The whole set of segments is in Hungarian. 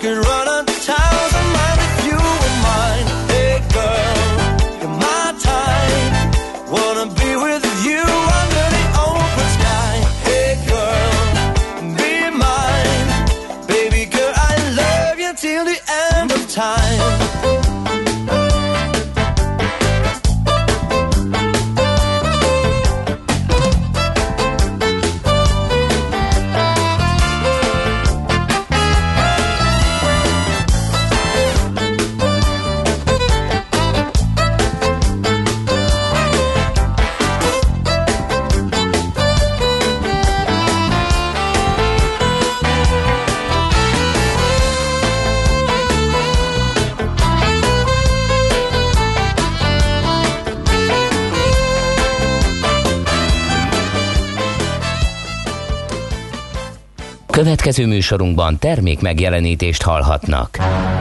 could run 1,000 miles if you were mine. Hey girl, you're my type. Wanna be with you under the open sky. Hey girl, be mine. Baby girl, I love you till the end of time. Következő műsorunkban termék megjelenítést hallhatnak.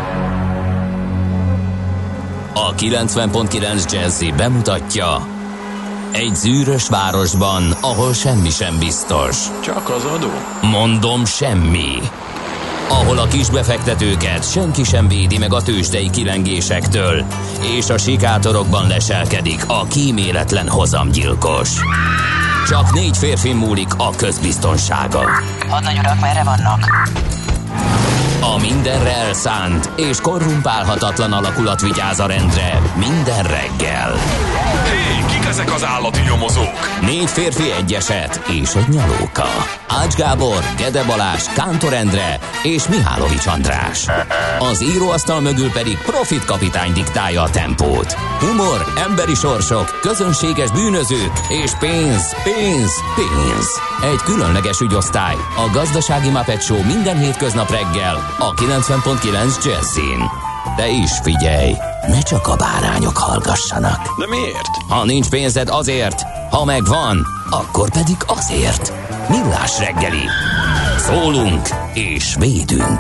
A 90.9 Jazzy bemutatja: egy zűrös városban, ahol semmi sem biztos. Csak az adó? Mondom, semmi. Ahol a kisbefektetőket senki sem védi meg a tőzsdei kilengésektől, és a sikátorokban leselkedik a kíméletlen hozamgyilkos. Csak 4 férfi múlik a közbiztonsága. Hadnagy urak, merre vannak? A mindenre elszánt és korrumpálhatatlan alakulat vigyáz a rendre minden reggel. Hé, kik ezek az állati nyomozók? 4 férfi, egy eset és egy nyalóka. Ács Gábor, Gede Balázs, Kántor Endre és Mihálovics András. Az íróasztal mögül pedig Profit kapitány diktálja a tempót. Humor, emberi sorsok, közönséges bűnözők és pénz, pénz, pénz. Egy különleges ügyosztály, a Gazdasági Muppet Show minden hétköznap reggel a 90.9 Jazzin. De is figyelj, ne csak a bárányok hallgassanak. De miért? Ha nincs pénzed, azért, ha megvan, akkor pedig azért. Millás reggeli. Szólunk és védünk.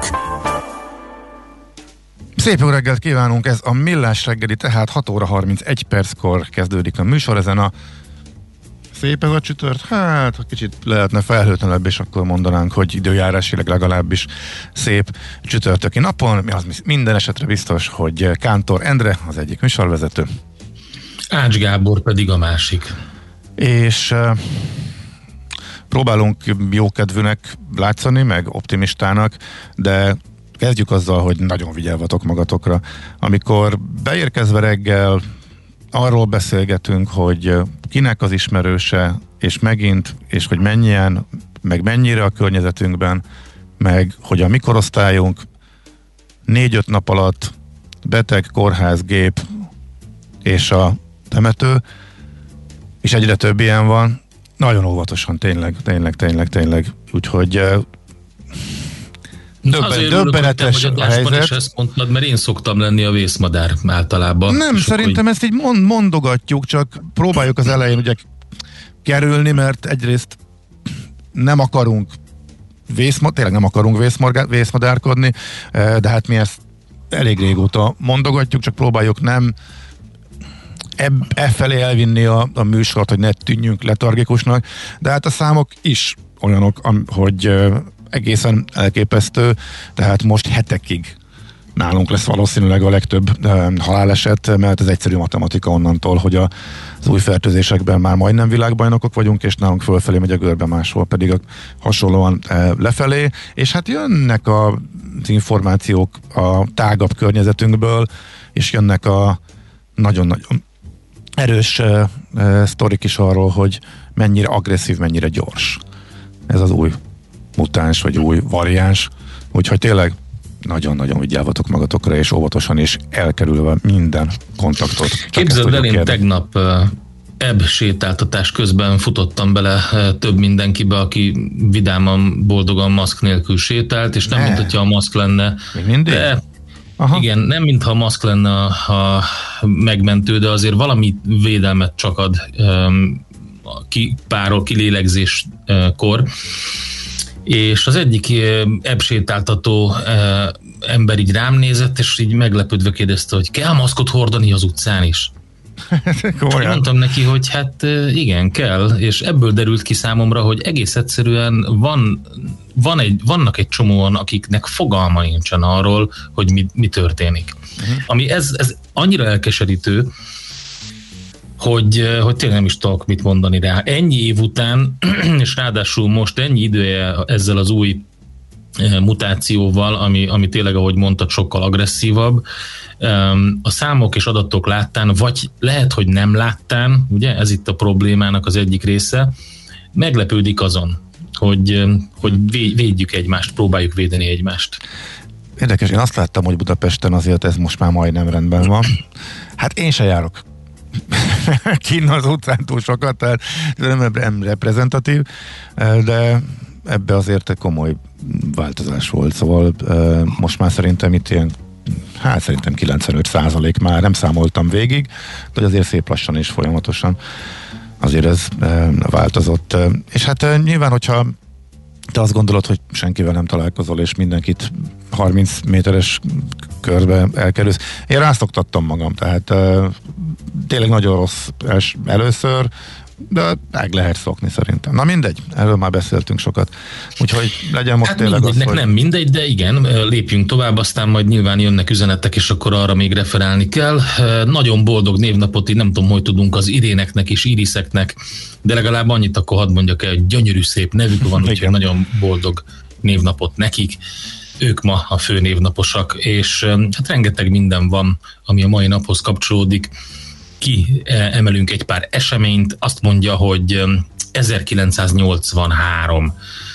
Szép jó reggelt kívánunk, ez a Millás reggeli, tehát 6 óra 31 perckor kezdődik a műsor ezen a szép ez a csütört, hát kicsit lehetne felhőtlenebb, és akkor mondanánk, hogy időjárásilag legalábbis szép csütörtöki napon. Az minden esetre biztos, hogy Kántor Endre az egyik műsorvezető. Ács Gábor pedig a másik. És próbálunk jókedvűnek látszani, meg optimistának, de kezdjük azzal, hogy nagyon vigyázzatok magatokra. Amikor beérkezve reggel arról beszélgetünk, hogy kinek az ismerőse, és megint, és hogy mennyien, meg mennyire a környezetünkben, meg hogy a mi korosztályunk 4-5 nap alatt beteg, kórház, gép és a temető, és egyre több ilyen van. Nagyon óvatosan, tényleg. Úgyhogy döbbenetes a helyzet. Is ezt mondtad, mert én szoktam lenni a vészmadár általában. Nem, szerintem ezt így mondogatjuk, csak próbáljuk az elején ugye kerülni, mert egyrészt nem akarunk tényleg nem akarunk vészmadárkodni, de hát mi ezt elég régóta mondogatjuk, csak próbáljuk nem felé elvinni a műsort, hogy ne tűnjünk letargikusnak, de hát a számok is olyanok, hogy egészen elképesztő, tehát most hetekig nálunk lesz valószínűleg a legtöbb haláleset, mert ez egyszerű matematika onnantól, hogy az új fertőzésekben már majdnem világbajnokok vagyunk, és nálunk fölfelé megy a görbe, máshol pedig hasonlóan lefelé, és hát jönnek az információk a tágabb környezetünkből, és jönnek a nagyon-nagyon erős sztorik is arról, hogy mennyire agresszív, mennyire gyors ez az új mutáns, vagy új variáns, úgyhogy tényleg nagyon-nagyon vigyázzatok magatokra, és óvatosan is elkerülve minden kontaktot. Képzeld el, én tegnap sétáltatás közben futottam bele több mindenkibe, aki vidáman, boldogan maszk nélkül sétált, és nem, mint hogyha a maszk lenne. Még mindig? De igen, nem mintha a maszk lenne a megmentő, de azért valami védelmet csak ad párol kilélegzéskor. És az egyik sétáltató ember így rám nézett, és így meglepődve kérdezte, hogy kell maszkot hordani az utcán is? Mondtam neki, hogy hát igen, kell, és ebből derült ki számomra, hogy egész egyszerűen vannak egy csomóan, akiknek fogalma nincsen arról, hogy mi történik. Ami ez annyira elkeserítő, hogy tényleg nem is tudok mit mondani rá. Ennyi év után, és ráadásul most ennyi idője ezzel az új mutációval, ami tényleg, ahogy mondtad, sokkal agresszívabb, a számok és adatok láttán, vagy lehet, hogy nem láttán, ugye, ez itt a problémának az egyik része, meglepődik azon, hogy védjük egymást, próbáljuk védeni egymást. Érdekes, én azt láttam, hogy Budapesten azért ez most már majdnem rendben van. Hát én se járok kinn az utcán túl sokat, tehát nem reprezentatív, de ebbe azért egy komoly változás volt, szóval most már szerintem itt ilyen, szerintem 95% már nem számoltam végig, de azért szép lassan és folyamatosan azért ez változott. És hát nyilván, hogyha te azt gondolod, hogy senkivel nem találkozol, és mindenkit 30 méteres körbe elkerülsz. Én rászoktattam magam, tehát tényleg nagyon rossz először, de meg lehet szokni szerintem. Na mindegy, erről már beszéltünk sokat. Úgyhogy legyen most tényleg az, hogy... Nem mindegy, de igen, lépjünk tovább, aztán majd nyilván jönnek üzenetek, és akkor arra még referálni kell. Nagyon boldog névnapot, így nem tudom, hogy tudunk az Iréneknek és Iriseknek, de legalább annyit akkor hadd mondjak el, hogy gyönyörű szép nevük van, úgyhogy nagyon boldog névnapot nekik. Ők ma a fő névnaposak, és hát rengeteg minden van, ami a mai naphoz kapcsolódik. Emelünk egy pár eseményt, azt mondja, hogy 1983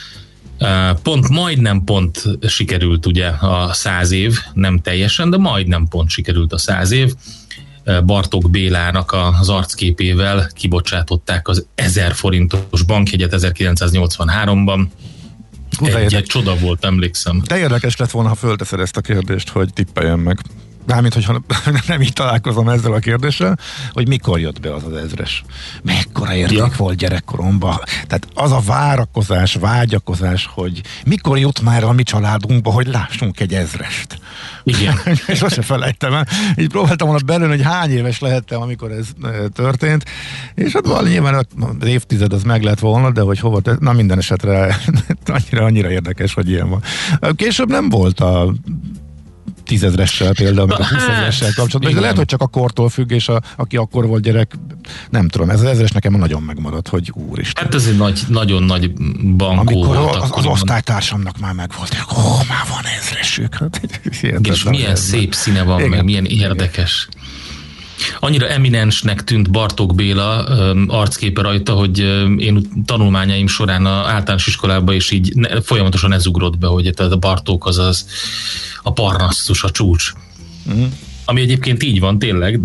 majdnem pont sikerült ugye a 100 év, nem teljesen, de majdnem pont sikerült a 100 év. Bartók Bélának az arcképével kibocsátották az 1000 forintos bankjegyet 1983-ban. Egy csoda volt, emlékszem. De érdekes lett volna, ha fölteszed ezt a kérdést, hogy tippeljen meg. Mármint, hogyha nem így találkozom ezzel a kérdéssel, hogy mikor jött be az 1000-es. Mekkora érték volt gyerekkoromban. Tehát az a várakozás, vágyakozás, hogy mikor jut már a mi családunkba, hogy lássunk egy 1000-est. Igen. És azt se felejtem el. Így próbáltam volna belőle, hogy hány éves lehettem, amikor ez történt. És hát valami nyilván az évtized az meg lett volna, de hogy hova na minden esetre annyira érdekes, hogy ilyen van. Később nem volt a 10.000-essel például, meg a 20.000-essel kapcsolatban, de lehet, hogy csak a kortól függ, és aki akkor volt gyerek, nem tudom, ez az 1000-es nekem nagyon megmaradt, hogy úristen. Hát ez egy nagyon nagy bankó amikor volt. Az osztálytársamnak már megvolt, már van 1000-esük. Hát, és milyen szép színe van, igen, meg milyen érdekes. Annyira eminensnek tűnt Bartók Béla arcképe rajta, hogy én tanulmányaim során az általános iskolában is így folyamatosan ez ugrott be, hogy a Bartók az a Parnasztus, a csúcs. Ami egyébként így van tényleg,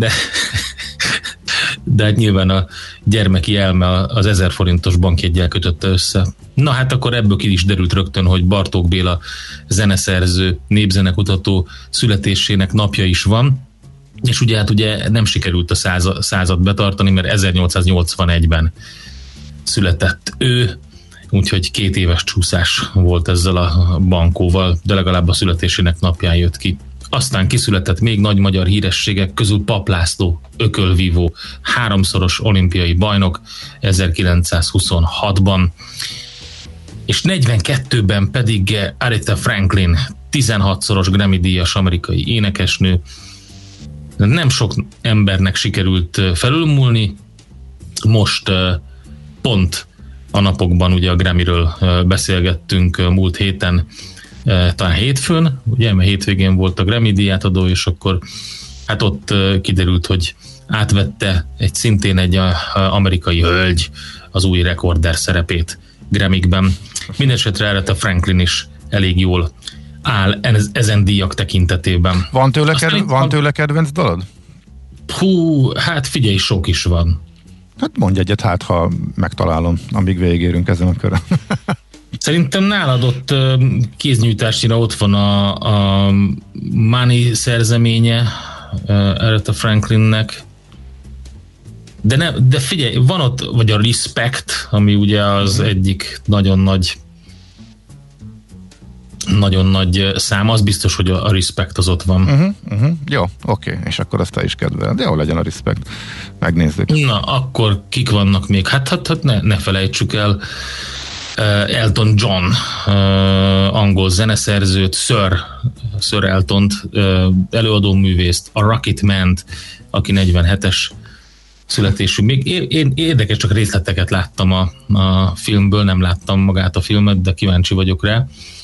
de hát nyilván a gyermeki elme az 1000 forintos bankjeggyel kötötte össze. Na hát akkor ebből ki is derült rögtön, hogy Bartók Béla zeneszerző, népzenekutató születésének napja is van, és ugye hát nem sikerült a százat betartani, mert 1881-ben született ő, úgyhogy 2 éves csúszás volt ezzel a bankóval, de legalább a születésének napján jött ki. Aztán kiszületett még nagy magyar hírességek közül Papp László, ökölvívó, 3-szoros olimpiai bajnok 1926-ban, és 42-ben pedig Aretha Franklin, 16-szoros Grammy-díjas amerikai énekesnő. Nem sok embernek sikerült felülmúlni, most pont a napokban ugye a Grammyről beszélgettünk múlt héten, talán hétfőn, ugye, mert hétvégén volt a Grammy díjátadó, és akkor hát ott kiderült, hogy átvette szintén egy amerikai hölgy az új rekorder szerepét Grammykben. Mindenesetre Aretha Franklin is elég jól áll ezen díjak tekintetében. Van tőle kedvenc dalod? Hú, hát figyelj, sok is van. Hát mondj egyet, hát ha megtalálom, amíg végigérünk ezen a körön. Szerintem nálad ott kéznyújtásnyira ott van a Money szerzeménye Aretha Franklinnek, de figyelj, van ott, vagy a Respect, ami ugye az egyik nagyon nagy nagyon nagy szám, az biztos, hogy a Respect az ott van. Jó, oké, és akkor azt te is kedveled. Jó, legyen a Respect. Megnézzük. Na, akkor kik vannak még? Hát ne felejtsük el Elton John, angol zeneszerzőt, Sir Eltont, előadóművészt, a Rocketman-t, aki 47-es születésű. Még én érdekes, csak részleteket láttam a filmből, nem láttam magát a filmet, de kíváncsi vagyok rá.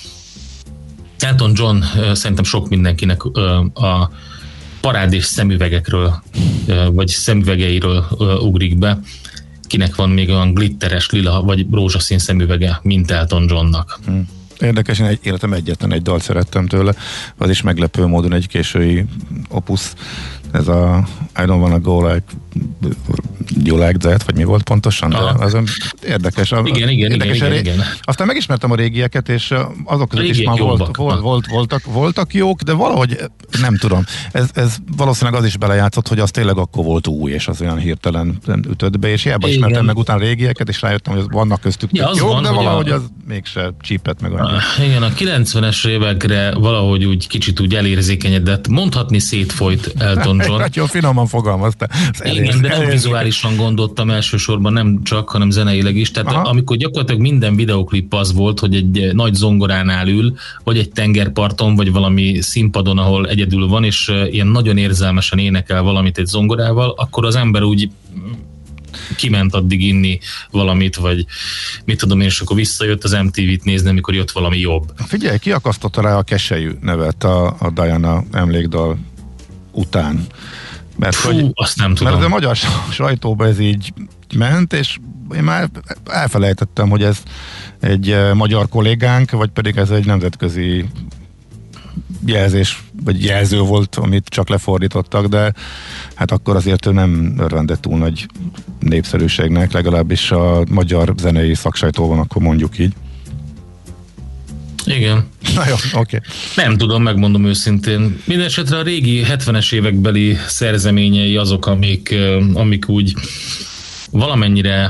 Elton John szerintem sok mindenkinek a parádés szemüvegekről, vagy szemüvegeiről ugrik be. Kinek van még olyan glitteres, lila vagy rózsaszín szemüvege, mint Elton Johnnak. Érdekes, én életem egyetlen egy dalt szerettem tőle, az is meglepő módon egy késői opus, ez a I don't wanna go like you like that, vagy mi volt pontosan, de az érdekes. Igen. Aztán megismertem a régieket, és azok között is már voltak jók, de valahogy nem tudom. Ez valószínűleg az is belejátszott, hogy az tényleg akkor volt új, és az olyan hirtelen ütött be, és hiába ismertem meg utána régieket, és rájöttem, hogy vannak köztük jók, de valahogy az mégse csípett meg annyira. Igen, a 90-es évekre valahogy úgy kicsit úgy elérzékenyedett, mondhatni szétfolyt Elton John. Hát jó, finoman fogalmazta. Igen, de nem vizuálisan gondoltam elsősorban, nem csak, hanem zeneileg is. Tehát amikor gyakorlatilag minden videoklip az volt, hogy egy nagy zongoránál ül, vagy egy tengerparton, vagy valami színpadon, ahol egyedül van, és ilyen nagyon érzelmesen énekel valamit egy zongorával, akkor az ember úgy kiment addig inni valamit, vagy mit tudom én, és akkor visszajött az MTV-t nézni, amikor jött valami jobb. Figyelj, kiakasztotta rá a Keselyű nevet a Diana emlékdal után. Azt nem tudom. Mert a magyar sajtóban ez így ment, és én már elfelejtettem, hogy ez egy magyar kollégánk, vagy pedig ez egy nemzetközi jelzés, vagy jelző volt, amit csak lefordítottak, de hát akkor azért ő nem örvendett túl nagy népszerűségnek, legalábbis a magyar zenei szaksajtóban, akkor mondjuk így. Igen. Na jó, oké. Nem tudom, megmondom őszintén. Mindenesetre a régi 70-es évekbeli szerzeményei azok, amik úgy valamennyire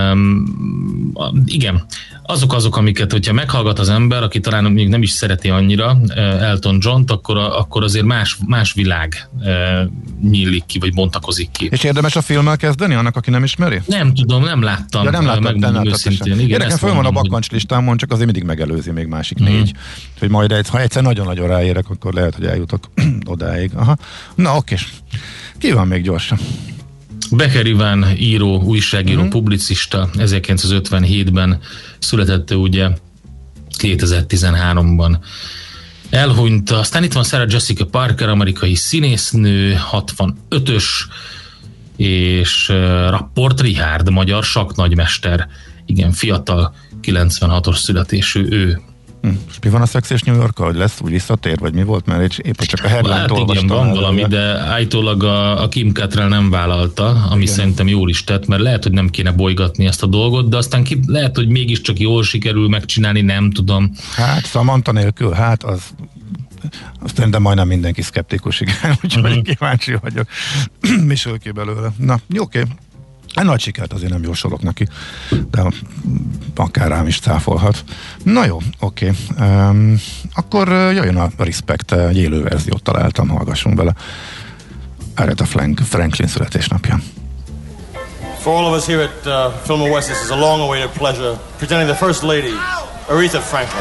igen, azok, amiket, hogyha meghallgat az ember, aki talán még nem is szereti annyira Elton Johnt, akkor azért más világ nyílik ki, vagy bontakozik ki. És érdemes a filmmel kezdeni, annak, aki nem ismeri? Nem tudom, nem láttam. Ja, nem láttam őszintén. Nekem föl van a bakkancs listámon, csak azért mindig megelőzi még másik 4. Hogy majd ha egyszer nagyon-nagyon ráérek, akkor lehet, hogy eljutok odáig. Aha. Na oké. Ki van még gyorsan? Becker Iván író, újságíró, publicista, 1957-ben született ugye 2013-ban. Elhunyt, aztán itt van Sarah Jessica Parker, amerikai színésznő, 65-ös, és Rapport Richard, magyar sakknagymester, igen, fiatal, 96-os születésű ő. És mi van a Szex és New York-kal, hogy lesz, úgy visszatér, vagy mi volt? Mert épp csak a headline-t olvastam. Igen, van valami, de állítólag a Kim Cattrall nem vállalta, ami szerintem jól is tett, mert lehet, hogy nem kéne bolygatni ezt a dolgot, de aztán lehet, hogy mégiscsak jól sikerül megcsinálni, nem tudom. Hát Samantha nélkül, hát az szerintem majdnem mindenki szkeptikus, igen, úgyhogy kíváncsi vagyok. Mi sül ki belőle. Na, oké. Egy nagy sikert azért nem jósolok neki, de akár rám is cáfolhat. Na jó, oké. Akkor jöjjön a Respect, egy élő verziót találtam, hallgassunk bele. Aretha Franklin születésnapja. For all of us here at Fillmore West, this is a long-awaited pleasure presenting the First Lady, Aretha Franklin.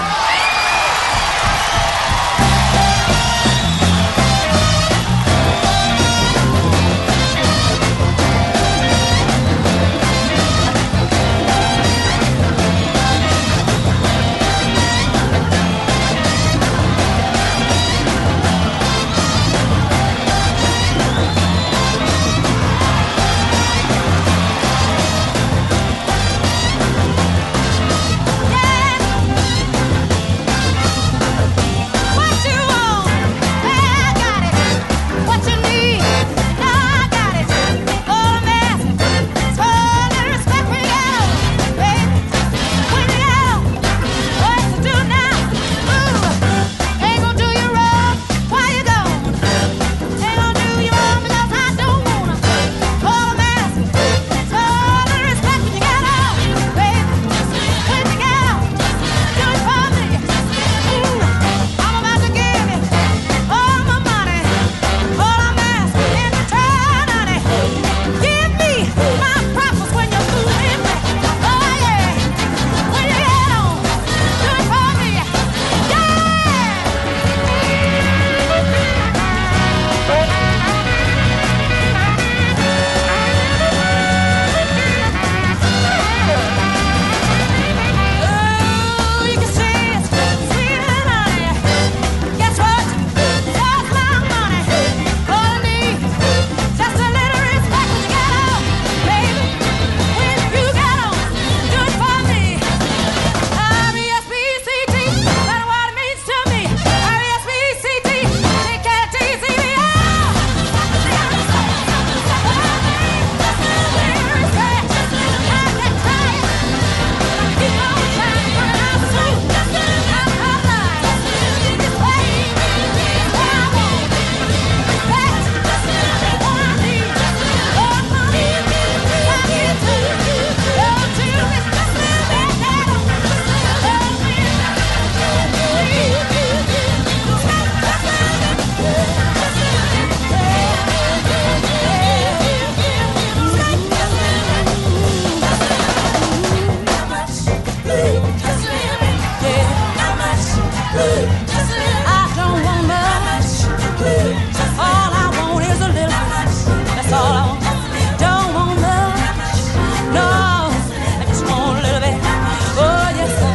I don't want much. All I want is a little. That's all I want. Don't want much. No, I just want a little bit. Oh yes, I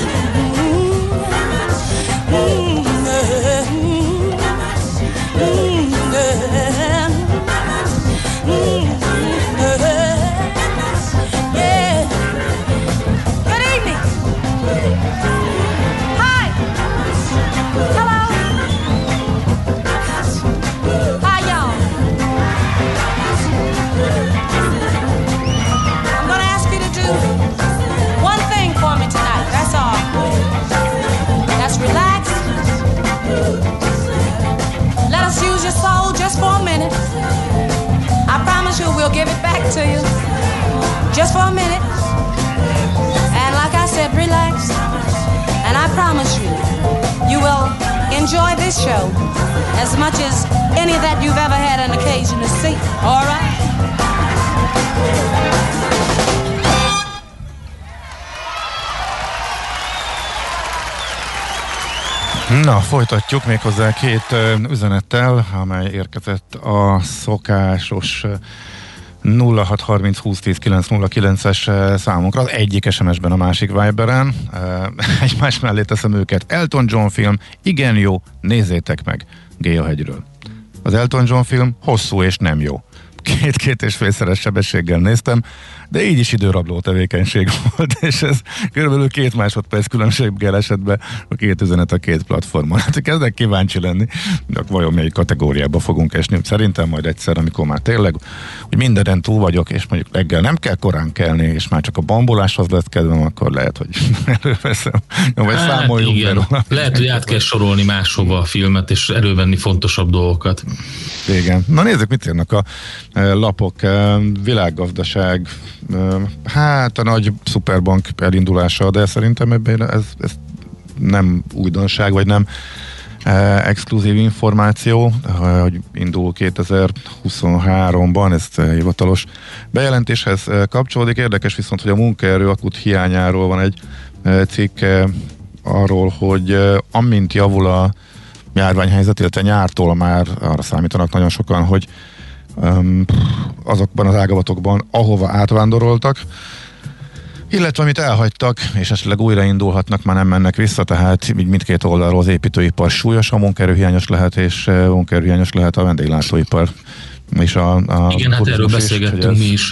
yeah. Good evening. Hi. Hello. Hi, y'all. I'm gonna ask you to do one thing for me tonight. That's all. That's relax. Let us use your soul just for a minute. I promise you we'll give it back to you. Just for a minute. And like I said, relax. And I promise you, you will enjoy this show as much as any that you've ever had an occasion to see. All right? Na, folytatjuk méghozzá két üzenettel, amely érkezett a szokásos 06302010 számunkra, az egyik SMS-ben, a másik Viberen. Egymás mellé teszem őket. Elton John film, igen jó, nézzétek meg, Géjahegyről. Az Elton John film hosszú és nem jó. 2,5-szeres sebességgel néztem, de így is időrabló tevékenység volt, és ez körülbelül 2 másodperc különbséggel esett be a két üzenet a két platformon. Hát kezdek kíváncsi lenni, de vajon melyik kategóriába fogunk esni. Szerintem majd egyszer, amikor már tényleg, hogy mindenen túl vagyok, és mondjuk reggel nem kell korán kelni, és már csak a bamboláshoz lesz kedvem, akkor lehet, hogy előveszem. Vagy számoljunk igen. róla. Lehet, hogy át kell sorolni máshova a filmet, és elővenni fontosabb dolgokat. Igen. Na nézzük, mit írnak a lapok. Világgazdaság, hát a nagy szuperbank elindulása, de szerintem ebben ez nem újdonság, vagy nem exkluzív információ, hogy indul 2023-ban, ez hivatalos bejelentéshez kapcsolódik. Érdekes viszont, hogy a munkaerő akut hiányáról van egy cikk arról, hogy amint javul a járványhelyzet, illetve nyártól már arra számítanak nagyon sokan, hogy azokban az ágazatokban, ahova átvándoroltak, illetve amit elhagytak, és esetleg újraindulhatnak, már nem mennek vissza, tehát mindkét oldalról az építőipar súlyosan munkaerőhiányos lehet, és munkaerőhiányos lehet a vendéglátóipar. És igen, hát erről beszélgettünk mi is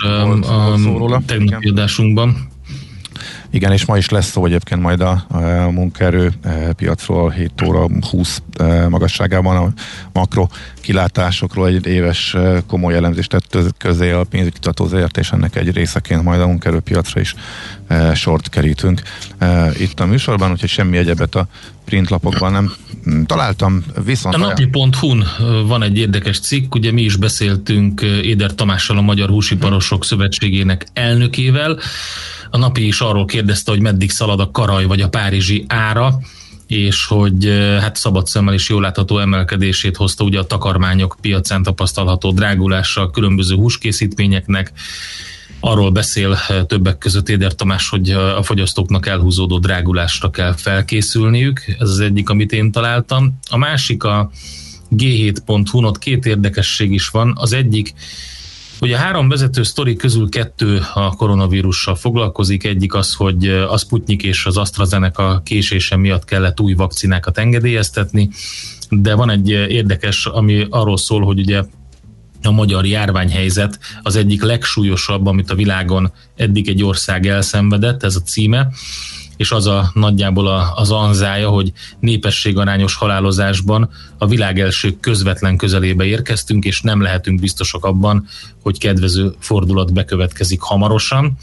a tegnapi adásunkban. Igen, és ma is lesz szó egyébként majd a munkaerő piacról 7 óra 20 magasságában a makro kilátásokról egy éves komoly elemzést tett közé a pénzügyi kutató ZRT, és ennek egy részeként majd a munkaerőpiacra is sort kerítünk itt a műsorban, úgyhogy semmi egyebet a printlapokban nem találtam, viszont... A napi.hu-n van egy érdekes cikk, ugye mi is beszéltünk Éder Tamással, a Magyar Húsiparosok Szövetségének elnökével. A Napi is arról kérdezte, hogy meddig szalad a karaj vagy a párizsi ára, és hogy hát szabad szemmel is jól látható emelkedését hozta ugye a takarmányok piacán tapasztalható drágulása a különböző húskészítményeknek. Arról beszél többek között Éder Tamás, hogy a fogyasztóknak elhúzódó drágulásra kell felkészülniük. Ez az egyik, amit én találtam. A másik a G7.hu-n, ott két érdekesség is van. Az egyik, hogy a 3 vezető sztori közül 2 a koronavírussal foglalkozik. Egyik az, hogy a Sputnik és az AstraZeneca késése miatt kellett új vakcinákat engedélyeztetni, de van egy érdekes, ami arról szól, hogy ugye a magyar járványhelyzet az egyik legsúlyosabb, amit a világon eddig egy ország elszenvedett, ez a címe, és az a nagyjából az anzája, hogy népességarányos halálozásban a világ első közvetlen közelébe érkeztünk, és nem lehetünk biztosak abban, hogy kedvező fordulat bekövetkezik hamarosan.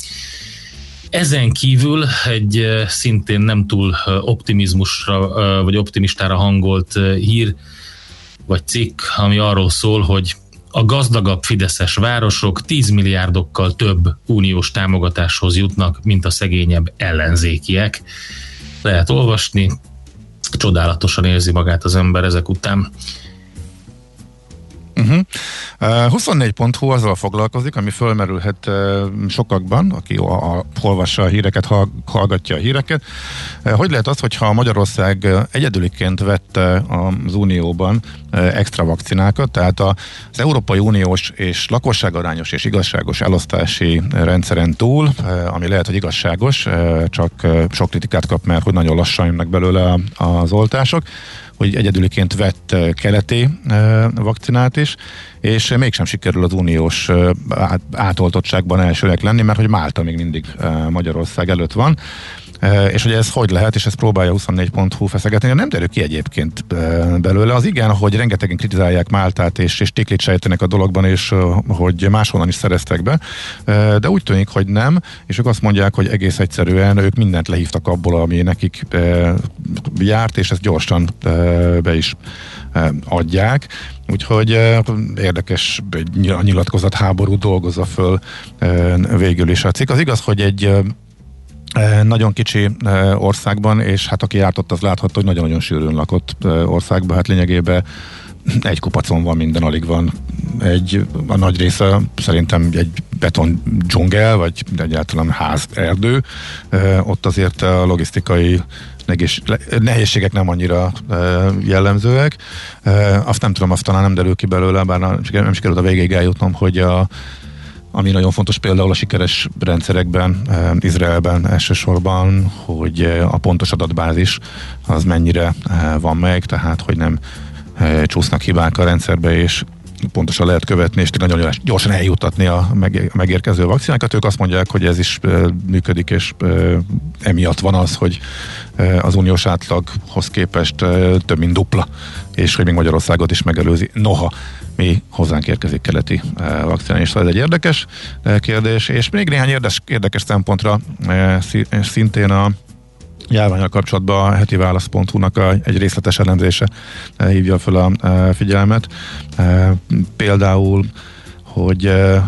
Ezen kívül egy szintén nem túl optimizmusra vagy optimistára hangolt hír vagy cikk, ami arról szól, hogy a gazdagabb fideszes városok 10 milliárdokkal több uniós támogatáshoz jutnak, mint a szegényebb ellenzékiek. Lehet olvasni, csodálatosan érzi magát az ember ezek után. 24.hu azzal foglalkozik, ami fölmerülhet sokakban, aki olvassa a híreket, hallgatja a híreket. Hogy lehet az, hogyha Magyarország egyedüliként vette az Unióban extra vakcinákat, tehát az Európai Uniós és lakosságarányos és igazságos elosztási rendszeren túl, ami lehet, hogy igazságos, csak sok kritikát kap, mert hogy nagyon lassan jönnek belőle az oltások, hogy egyedüliként vett keleti vakcinát is, és mégsem sikerül az uniós átoltottságban elsőnek lenni, mert hogy Málta még mindig Magyarország előtt van. És hogy ez hogy lehet, és ezt próbálja 24.hu feszegetni, nem derül ki egyébként belőle. Az igen, hogy rengetegen kritizálják Máltát, és tiklit sejtenek a dologban, és hogy máshonnan is szereztek be, de úgy tűnik, hogy nem, és ők azt mondják, hogy egész egyszerűen ők mindent lehívtak abból, ami nekik járt, és ezt gyorsan be is adják. Úgyhogy érdekes a nyilatkozatháború dolgozza föl végül is a cikk. Az igaz, hogy egy nagyon kicsi országban, és hát aki járt ott, az láthatta, hogy nagyon-nagyon sűrűn lakott országban, hát lényegében egy kupacon van minden, alig van a nagy része szerintem egy beton dzsungel, vagy egyáltalán ház, erdő. Ott azért a logisztikai nehézségek nem annyira jellemzőek. Azt nem tudom, azt talán nem derül ki belőle, bár nem sikerült a végéig eljutnom, hogy ami nagyon fontos például a sikeres rendszerekben, Izraelben elsősorban, hogy a pontos adatbázis az mennyire van meg, tehát hogy nem csúsznak hibák a rendszerbe, és pontosan lehet követni, és nagyon gyorsan eljuttatni a megérkező vakcinákat. Ők azt mondják, hogy ez is működik, és emiatt van az, hogy az uniós átlaghoz képest több mint dupla, és hogy még Magyarországot is megelőzi. Noha mi hozzánk érkezik keleti vakcina, és ez egy érdekes kérdés, és még néhány érdekes szempontra szintén a járvánnyal kapcsolatban a heti válasz.hu-nak egy részletes elemzése hívja fel a figyelmet. Például, hogy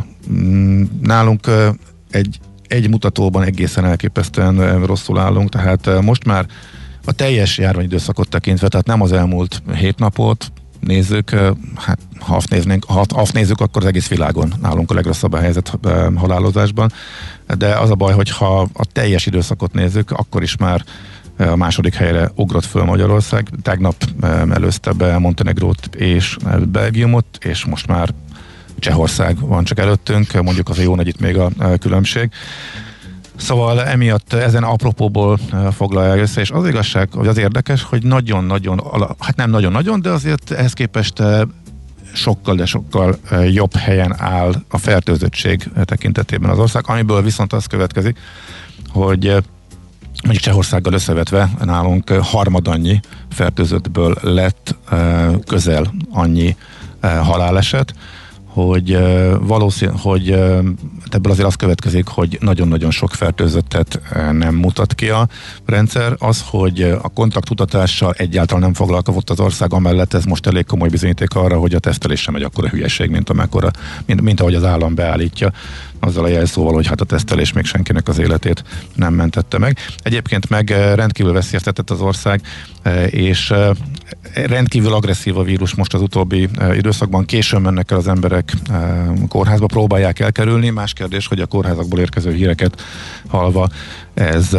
nálunk egy mutatóban egészen elképesztően rosszul állunk, tehát most már a teljes járványidőszakot tekintve, tehát nem az elmúlt 7 napot nézzük, hát ha azt nézzük, akkor az egész világon nálunk a legrosszabb a helyzet halálozásban, de az a baj, hogy ha a teljes időszakot nézzük, akkor is már a második helyre ugrott föl Magyarország. Tegnap előzte be Montenegrót és Belgiumot, és most már Csehország van csak előttünk, mondjuk az a jó nagy itt még a különbség. Szóval emiatt ezen apropóból foglalja össze, és az igazság, hogy az érdekes, hogy nagyon-nagyon, hát nem nagyon-nagyon, de azért ehhez képest sokkal, de sokkal jobb helyen áll a fertőzöttség tekintetében az ország, amiből viszont az következik, hogy mondjuk Csehországgal összevetve nálunk harmadannyi fertőzöttből lett közel annyi haláleset, hogy hogy ebből azért az következik, hogy nagyon-nagyon sok fertőzöttet nem mutat ki a rendszer. Az, hogy a kontaktkutatással egyáltalán nem foglalkozott az ország, amellett ez most elég komoly bizonyíték arra, hogy a tesztelés sem egy akkora hülyeség, mint ahogy az állam beállítja, azzal a jelszóval, hogy hát a tesztelés még senkinek az életét nem mentette meg. Egyébként meg rendkívül veszélyeztetett az ország, és rendkívül agresszív a vírus most az utóbbi időszakban. Későn mennek el az emberek kórházba, próbálják elkerülni. Más kérdés, hogy a kórházakból érkező híreket hallva ez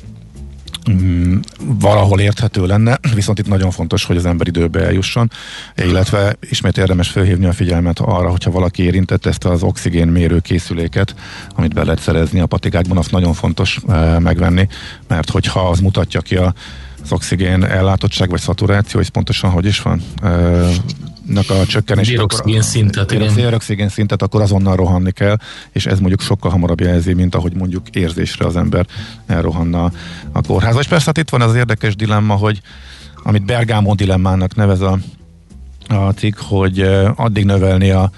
valahol érthető lenne, viszont itt nagyon fontos, hogy az ember időbe eljusson, illetve ismét érdemes felhívni a figyelmet arra, hogyha valaki érintett ezt az oxigénmérő készüléket, amit be lehet szerezni a patikákban, azt nagyon fontos megvenni, mert hogyha az mutatja ki az oxigén ellátottság vagy szaturáció, és pontosan hogy is van? A csökkenés, déroxigén szintet, akkor azonnal rohanni kell, és ez mondjuk sokkal hamarabb jelzi, mint ahogy mondjuk érzésre az ember elrohanna a kórházba. És persze hát itt van ez az érdekes dilemma, hogy amit Bergamo dilemmának nevez a cikk, hogy addig növelni a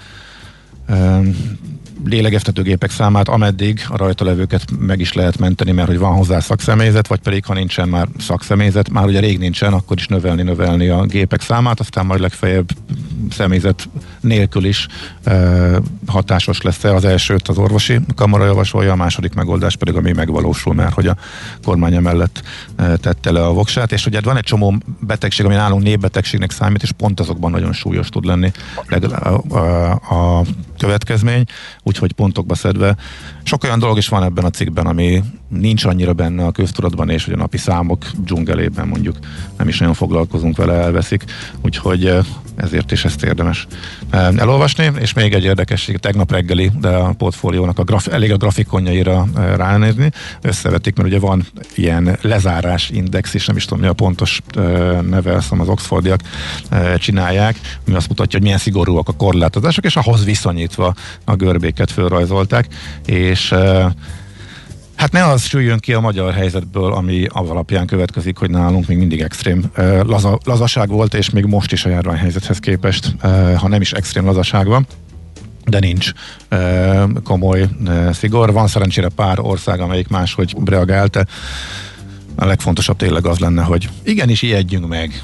lélegeztetőgépek számát, ameddig a rajta levőket meg is lehet menteni, mert hogy van hozzá szakszemélyzet, vagy pedig ha nincsen már szakszemélyzet, már ugye rég nincsen, akkor is növelni a gépek számát, aztán majd legfeljebb személyzet nélkül is hatásos lesz-e. Az elsőt az orvosi kamara javasolja, a második megoldás pedig, ami megvalósul, mert hogy a kormány mellett tette le a voksát, és ugye van egy csomó betegség, ami nálunk népbetegségnek számít, és pont azokban nagyon súlyos tud lenni a következmény, úgyhogy pontokba szedve. Sok olyan dolog is van ebben a cikkben, ami nincs annyira benne a köztudatban, és hogy a napi számok dzsungelében mondjuk nem is nagyon foglalkozunk vele, elveszik, úgyhogy ezért is ezt érdemes elolvasni, és még egy érdekesség, tegnap reggeli, de a portfóliónak elég a grafikonjaira ránézni, összevetik, mert ugye van ilyen lezárás index is, nem is tudom mi a pontos neve, az oxfordiak csinálják, ami azt mutatja, hogy milyen szigorúak a korlátozások, és ahhoz viszonyítva a görbéket fölrajzolták, és hát ne az süljön ki a magyar helyzetből, ami az alapján következik, hogy nálunk még mindig extrém lazaság volt, és még most is a járványhelyzethez képest, ha nem is extrém lazaság van, de nincs komoly szigor. Van szerencsére pár ország, amelyik máshogy reagált. A legfontosabb tényleg az lenne, hogy igenis ijedjünk meg,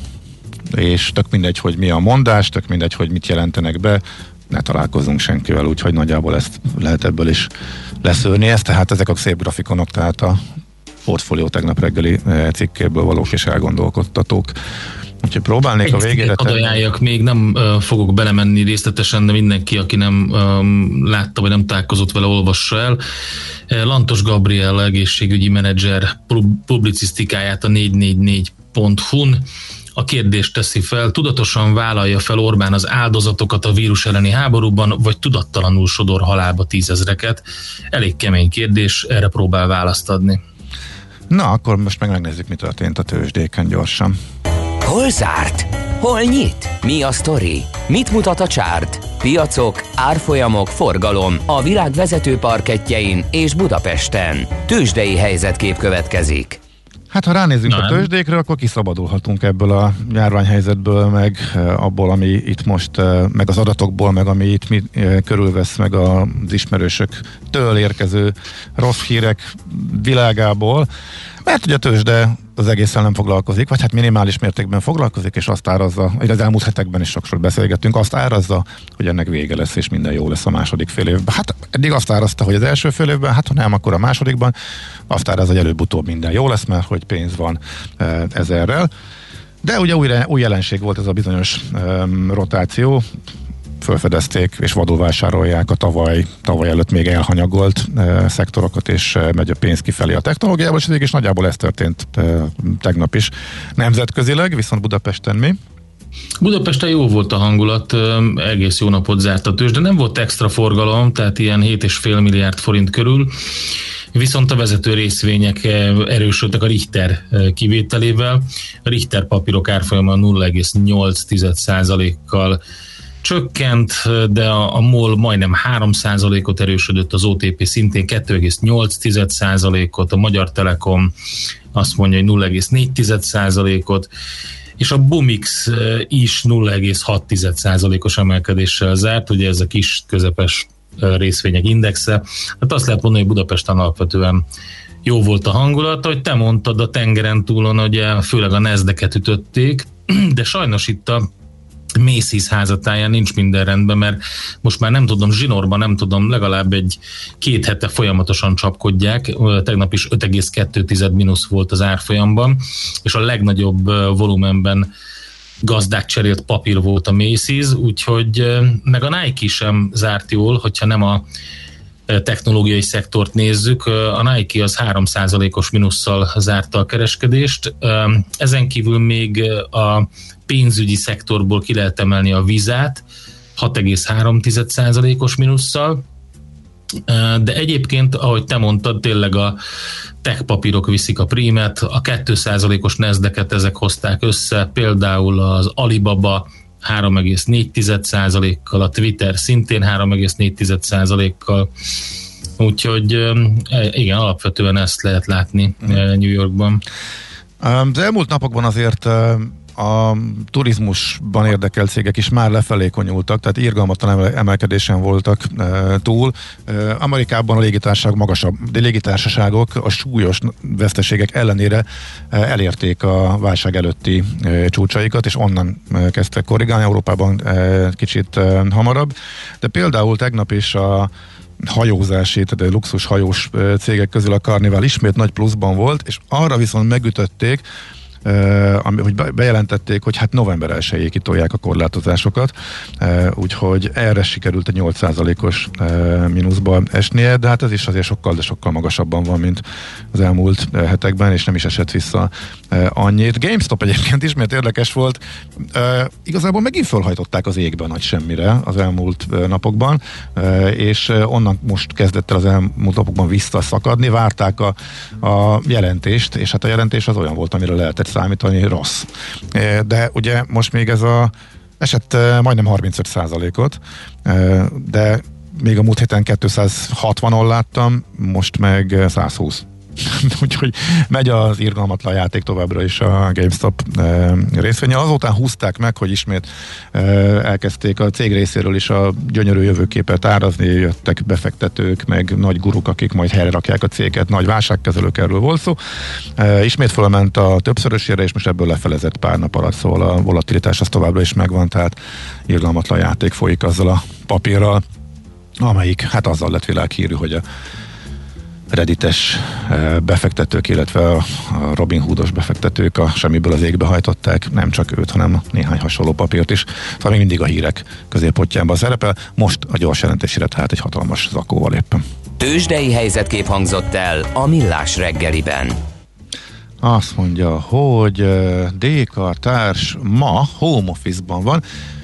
és tök mindegy, hogy mi a mondás, tök mindegy, hogy mit jelentenek be, ne találkozzunk senkivel, úgyhogy nagyjából ezt lehet ebből is leszűrni ezt, tehát ezek a szép grafikonok, tehát a portfólió tegnap reggeli cikkéből valók és elgondolkodtatók. Úgyhogy próbálnék a végére... Ajánljak, még nem fogok belemenni részletesen, de mindenki, aki nem látta, vagy nem találkozott vele, olvassa el. Lantos Gabriella egészségügyi menedzser publicisztikáját a 444.hu-n. A kérdést teszi fel, tudatosan vállalja fel Orbán az áldozatokat a vírus elleni háborúban, vagy tudattalanul sodor halálba tízezreket? Elég kemény kérdés, erre próbál választ adni. Na, akkor most megnézzük, mi történt a tőzsdéken gyorsan. Hol zárt? Hol nyit? Mi a sztori? Mit mutat a csárt? Piacok, árfolyamok, forgalom a világ vezető parkettjein és Budapesten. Tőzsdei helyzetkép következik. Hát ha ránézzünk a tőzsdékre, akkor kiszabadulhatunk ebből a járványhelyzetből, meg abból, ami itt most, meg az adatokból, meg ami itt körülvesz, meg az ismerősöktől érkező rossz hírek világából, mert ugye a tőzsde az egészen nem foglalkozik, vagy hát minimális mértékben foglalkozik, és azt árazza, hogy az elmúlt hetekben is sokszor beszélgettünk, azt árazza, hogy ennek vége lesz, és minden jó lesz a második fél évben. Hát eddig azt árazta, hogy az első fél évben, hát ha nem, akkor a másodikban, azt árazza, hogy előbb-utóbb minden jó lesz, mert hogy pénz van ezerrel. De ugye új jelenség volt ez a bizonyos rotáció, fölfedezték és vadul vásárolják a tavaly előtt még elhanyagolt szektorokat, és megy a pénz kifelé a technológiából, és és nagyjából ez történt tegnap is nemzetközileg, viszont Budapesten mi? Budapesten jó volt a hangulat, egész jó napot zárt a tőzsde, de nem volt extra forgalom, tehát ilyen 7,5 milliárd forint körül, viszont a vezető részvények erősödtek a Richter kivételével. A Richter papírok árfolyama 0,8%-kal csökkent, de a MOL majdnem 3%-ot erősödött, az OTP szintén 2,8%-ot, a Magyar Telekom azt mondja, hogy 0,4%-ot, és a Bumix is 0,6%-os emelkedéssel zárt, ugye ez a kis közepes részvények indexe. Hát azt lehet mondani, hogy Budapesten alapvetően jó volt a hangulat, ahogy te mondtad, a tengeren túlon ugye főleg a Nasdaqet ütötték, de sajnos itt a Macy's házatáján nincs minden rendben, mert most már nem tudom, zsinórban nem tudom, legalább két hete folyamatosan csapkodják, tegnap is 5,2 mínusz volt az árfolyamban, és a legnagyobb volumenben gazdák cserélt papír volt a Macy's, úgyhogy meg a Nike sem zárt jól, hogyha nem a technológiai szektort nézzük, a Nike az 3%-os mínusszal zárta a kereskedést, ezen kívül még a pénzügyi szektorból ki lehet emelni a Vizát 6,3%-os mínusszal, de egyébként, ahogy te mondtad, tényleg a tech papírok viszik a prímet, a 2%-os Nasdaqet ezek hozták össze, például az Alibaba 3,4%-kal, a Twitter szintén 3,4%-kal, úgyhogy igen, alapvetően ezt lehet látni New Yorkban. Az elmúlt napokban azért a turizmusban érdekelt cégek is már lefelé konyultak, tehát irgalmatlan emelkedésen voltak túl. Amerikában a légitársaságok a súlyos veszteségek ellenére elérték a válság előtti csúcsaikat, és onnan kezdtek korrigálni, Európában kicsit hamarabb. De például tegnap is a hajózási, tehát a luxus hajós cégek közül a Carnival ismét nagy pluszban volt, és arra viszont megütötték, hogy bejelentették, hogy hát november 1-ig kitolják a korlátozásokat, úgyhogy erre sikerült egy 8%-os mínuszba esnie, de hát ez is azért sokkal magasabban van, mint az elmúlt hetekben, és nem is esett vissza annyit. GameStop egyébként ismét érdekes volt, igazából megint fölhajtották az égbe nagy semmire az elmúlt napokban, és onnan most kezdett el az elmúlt napokban visszaszakadni, várták a jelentést, és hát a jelentés az olyan volt, amire lehetett számítani, rossz. De ugye most még ez esett majdnem 35%-ot, de még a múlt héten 260-on láttam, most meg 120. Úgyhogy megy az irgalmatlan játék továbbra is a GameStop részvénye. Azután húzták meg, hogy ismét elkezdték a cég részéről is a gyönyörű jövőképet árazni, jöttek befektetők, meg nagy guruk, akik majd helyre rakják a céget, nagy válságkezelők, erről volt szó. Ismét fölment a többszörösére, és most ebből lefelezett pár nap alatt, szóval a volatilitás az továbbra is megvan, tehát irgalmatlan játék folyik azzal a papírral, amelyik hát azzal lett világhírű, hogy a Reddites befektetők, illetve a Robin Hoodos befektetők a semmiből az égbe hajtották, nem csak őt, hanem néhány hasonló papírt is. Szóval még mindig a hírek középpontjában szerepel. Most a gyors jelentésére tehát egy hatalmas zakóval éppen. Tőzsdei helyzetkép hangzott el a Millás reggeliben. Azt mondja, hogy D-kartárs ma home office-ban van,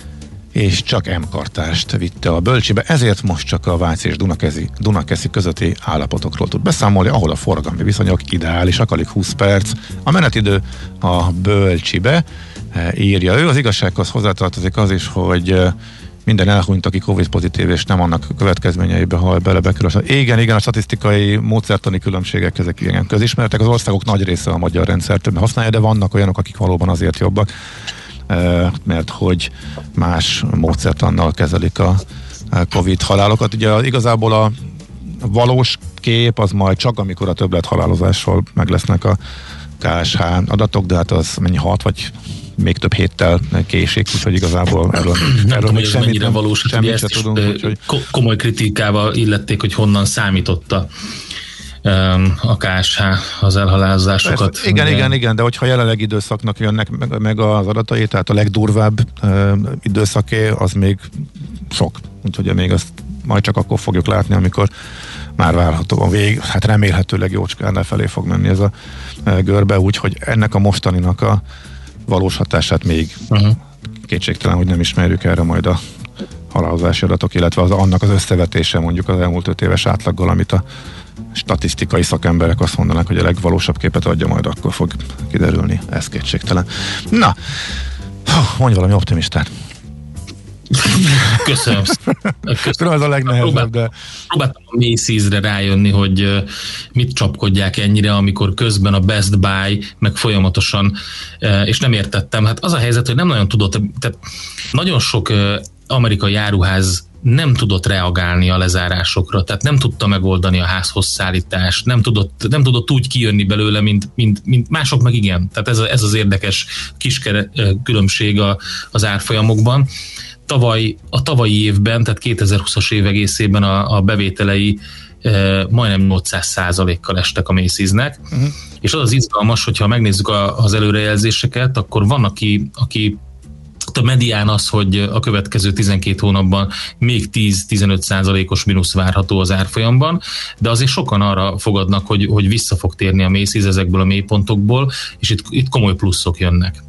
és csak M-kartást vitte a bölcsibe, ezért most csak a Váci és Dunakeszi közötti állapotokról tud beszámolni, ahol a forgalmi viszonyok ideálisak, alig 20 perc. A menetidő a bölcsibe, írja ő. Az igazsághoz hozzátartozik az is, hogy minden elhunyt, aki Covid pozitív, és nem annak következményeibe hal bele bekerül. Igen, a statisztikai módszertani különbségek, ezek igen közismertek. Az országok nagy része a magyar rendszert használja, de vannak olyanok, akik valóban azért jobbak, mert hogy más módszertannal kezelik a Covid halálokat. Ugye igazából a valós kép az majd csak, amikor a többlet halálozásról meg lesznek a KSH adatok, de hát az mennyi 6 vagy még több héttel késik, úgyhogy igazából erről még semmit sem tudunk. Úgyhogy komoly kritikával illették, hogy honnan számította a KSH az elhalálozásokat. Igen, de hogyha jelenleg időszaknak jönnek meg az adatai, tehát a legdurvább időszaké, az még sok. Úgyhogy még azt majd csak akkor fogjuk látni, amikor már várhatóan hát remélhetőleg jócskán felé fog menni ez a görbe, úgyhogy ennek a mostaninak a valós hatását még kétségtelen, hogy nem ismerjük, erre majd a halálozási adatok, illetve annak az összevetése mondjuk az elmúlt 5 éves átlaggal, amit a statisztikai szakemberek azt mondanak, hogy a legvalósabb képet adja, majd akkor fog kiderülni. Ez kétségtelen. Na, mondj valami optimistát. Köszönöm. Ez a legnehezebb, de... Próbáltam a Macy's-re rájönni, hogy mit csapkodják ennyire, amikor közben a Best Buy meg folyamatosan, és nem értettem. Hát az a helyzet, hogy nem nagyon tudott, tehát nagyon sok amerikai áruház nem tudott reagálni a lezárásokra, tehát nem tudta megoldani a házhoz szállítást, nem tudott úgy kijönni belőle, mint mások meg igen. Tehát ez az érdekes kis különbség az árfolyamokban. A tavalyi évben, tehát 2020-as év egészében a bevételei majdnem 800%-kal estek a Macy's-nek, és az izgalmas, hogyha megnézzük az előrejelzéseket, akkor van, aki a medián az, hogy a következő 12 hónapban még 10-15%-os mínusz várható az árfolyamban, de azért sokan arra fogadnak, hogy vissza fog térni a Macy's ezekből a mélypontokból, és itt komoly pluszok jönnek.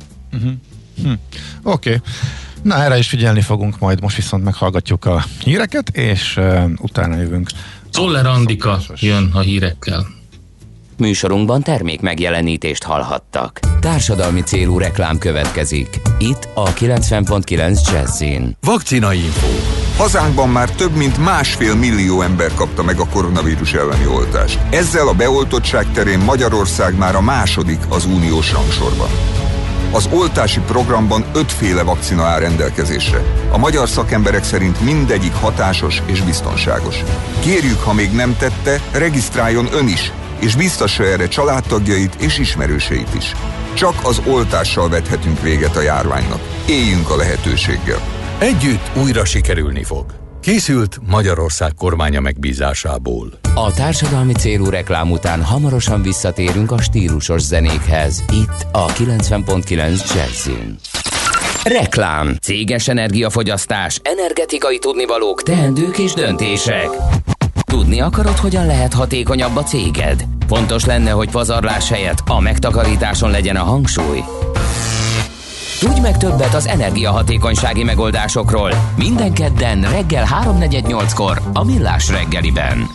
Oké. Na, erre is figyelni fogunk majd, most viszont meghallgatjuk a híreket, és utána jövünk. Czoller Andika jön a hírekkel. Műsorunkban termék megjelenítést hallhattak. Társadalmi célú reklám következik. Itt a 90.9 Jazzin. Vakcinainfo. Hazánkban már több mint 1,5 millió ember kapta meg a koronavírus elleni oltást. Ezzel a beoltottság terén Magyarország már a második az uniós rangsorban. Az oltási programban 5 féle vakcina áll rendelkezésre. A magyar szakemberek szerint mindegyik hatásos és biztonságos. Kérjük, ha még nem tette, regisztráljon ön is, és biztassa erre családtagjait és ismerőseit is. Csak az oltással vethetünk véget a járványnak. Éljünk a lehetőséggel. Együtt újra sikerülni fog. Készült Magyarország kormánya megbízásából. A társadalmi célú reklám után hamarosan visszatérünk a stílusos zenékhez. Itt a 90.9 Jazzin. Reklám. Céges energiafogyasztás, energetikai tudnivalók, teendők és döntések. Tudni akarod, hogyan lehet hatékonyabb a céged? Fontos lenne, hogy pazarlás helyett a megtakarításon legyen a hangsúly. Tudj meg többet az energiahatékonysági megoldásokról minden kedden reggel 3:48-kor a Millás reggeliben.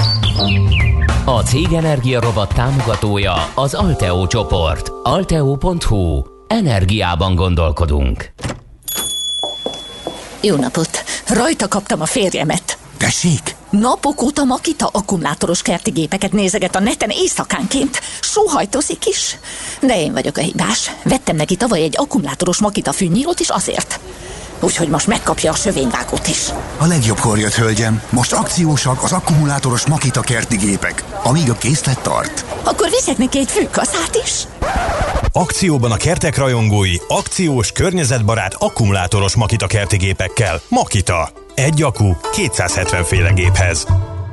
A Cég Energia rovat támogatója az Alteo csoport. Alteo.hu. Energiában gondolkodunk. Jó napot! Rajta kaptam a férjemet. Tessék? Napok óta Makita akkumulátoros kerti gépeket nézeget a neten éjszakánként. Sóhajtozik is. De én vagyok a hibás. Vettem neki tavaly egy akkumulátoros Makita fűnyírót is azért. Úgyhogy most megkapja a sövényvágót is. A legjobbkor jött, hölgyem. Most akciósak az akkumulátoros Makita kerti gépek, amíg a készlet tart. Akkor viszek neki egy fűkaszát is. Akcióban a kertek rajongói akciós, környezetbarát akkumulátoros Makita kerti gépekkel. Makita. Egy akku 270 féle géphez.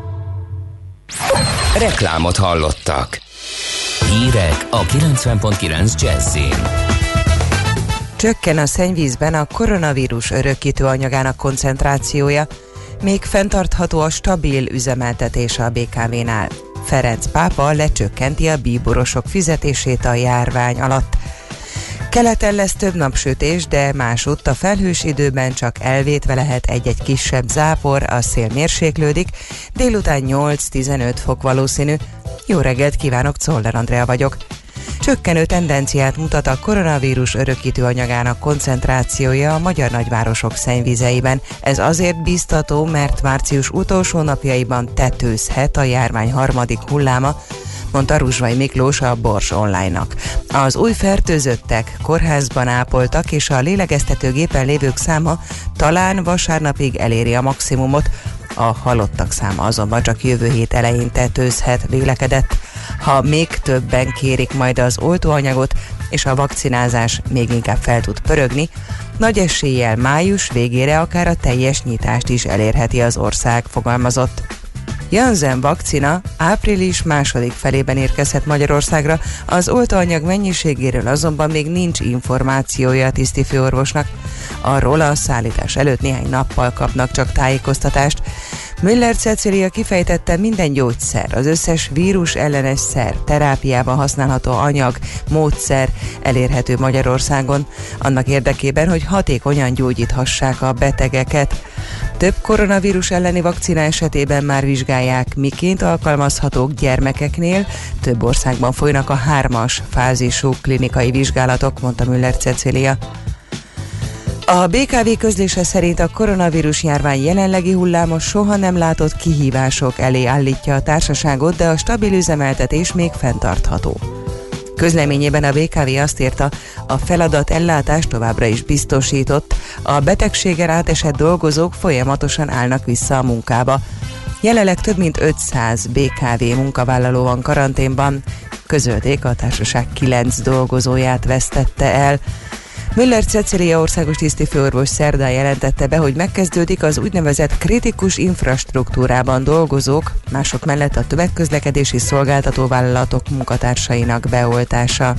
Reklámot hallottak. Hírek a 90.9 Jazzin. Csökken a szennyvízben a koronavírus örökítő anyagának koncentrációja, még fenntartható a stabil üzemeltetése a BKV-nál. Ferenc pápa lecsökkenti a bíborosok fizetését a járvány alatt. Keleten lesz több napsütés, de másutt a felhős időben csak elvétve lehet egy-egy kisebb zápor, a szél mérséklődik, délután 8-15 fok valószínű. Jó reggelt kívánok, Czoller Andrea vagyok. Csökkenő tendenciát mutat a koronavírus örökítő anyagának koncentrációja a magyar nagyvárosok szennyvizeiben. Ez azért biztató, mert március utolsó napjaiban tetőzhet a járvány harmadik hulláma, mondta Ruzsvai Miklós a Bors Online-nak. Az új fertőzöttek, kórházban ápoltak és a lélegeztetőgépen lévők száma talán vasárnapig eléri a maximumot, a halottak száma azonban csak jövő hét elején tetőzhet, vélekedett. Ha még többen kérik majd az oltóanyagot, és a vakcinázás még inkább fel tud pörögni, nagy eséllyel május végére akár a teljes nyitást is elérheti az ország, fogalmazott. Janssen vakcina április második felében érkezhet Magyarországra, az oltóanyag mennyiségéről azonban még nincs információja a tisztifőorvosnak. Arról a szállítás előtt néhány nappal kapnak csak tájékoztatást. Müller Cecília kifejtette, minden gyógyszer, az összes vírus ellenes szer, terápiában használható anyag, módszer elérhető Magyarországon, annak érdekében, hogy hatékonyan gyógyíthassák a betegeket. Több koronavírus elleni vakcina esetében már vizsgálják, miként alkalmazhatók gyermekeknél. Több országban folynak a 3-as fázisú klinikai vizsgálatok, mondta Müller Cecília. A BKV közlése szerint a koronavírus járvány jelenlegi hulláma soha nem látott kihívások elé állítja a társaságot, de a stabil üzemeltetés még fenntartható. Közleményében a BKV azt írta, a feladat ellátás továbbra is biztosított, a betegségen átesett dolgozók folyamatosan állnak vissza a munkába. Jelenleg több mint 500 BKV munkavállaló van karanténban, közölték, a társaság 9 dolgozóját vesztette el. Müller Cecília országos tisztifőorvos szerdán jelentette be, hogy megkezdődik az úgynevezett kritikus infrastruktúrában dolgozók, mások mellett a tömegközlekedési szolgáltatóvállalatok munkatársainak beoltása.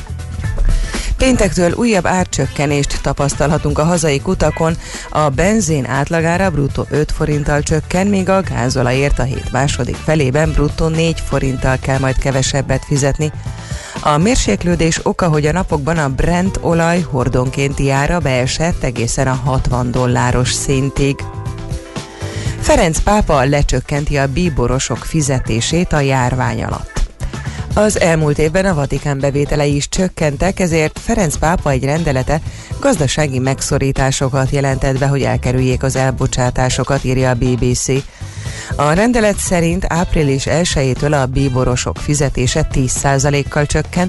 Péntektől újabb árcsökkenést tapasztalhatunk a hazai kutakon. A benzin átlagára bruttó 5 forinttal csökken, míg a gázolajért a hét második felében bruttó 4 forinttal kell majd kevesebbet fizetni. A mérséklődés oka, hogy a napokban a Brent olaj hordonkénti ára beesett egészen a $60 szintig. Ferenc pápa lecsökkenti a bíborosok fizetését a járvány alatt. Az elmúlt évben a Vatikán bevételei is csökkentek, ezért Ferenc pápa egy rendelete gazdasági megszorításokat jelentett be, hogy elkerüljék az elbocsátásokat, írja a BBC. A rendelet szerint április 1-től a bíborosok fizetése 10%-kal csökken,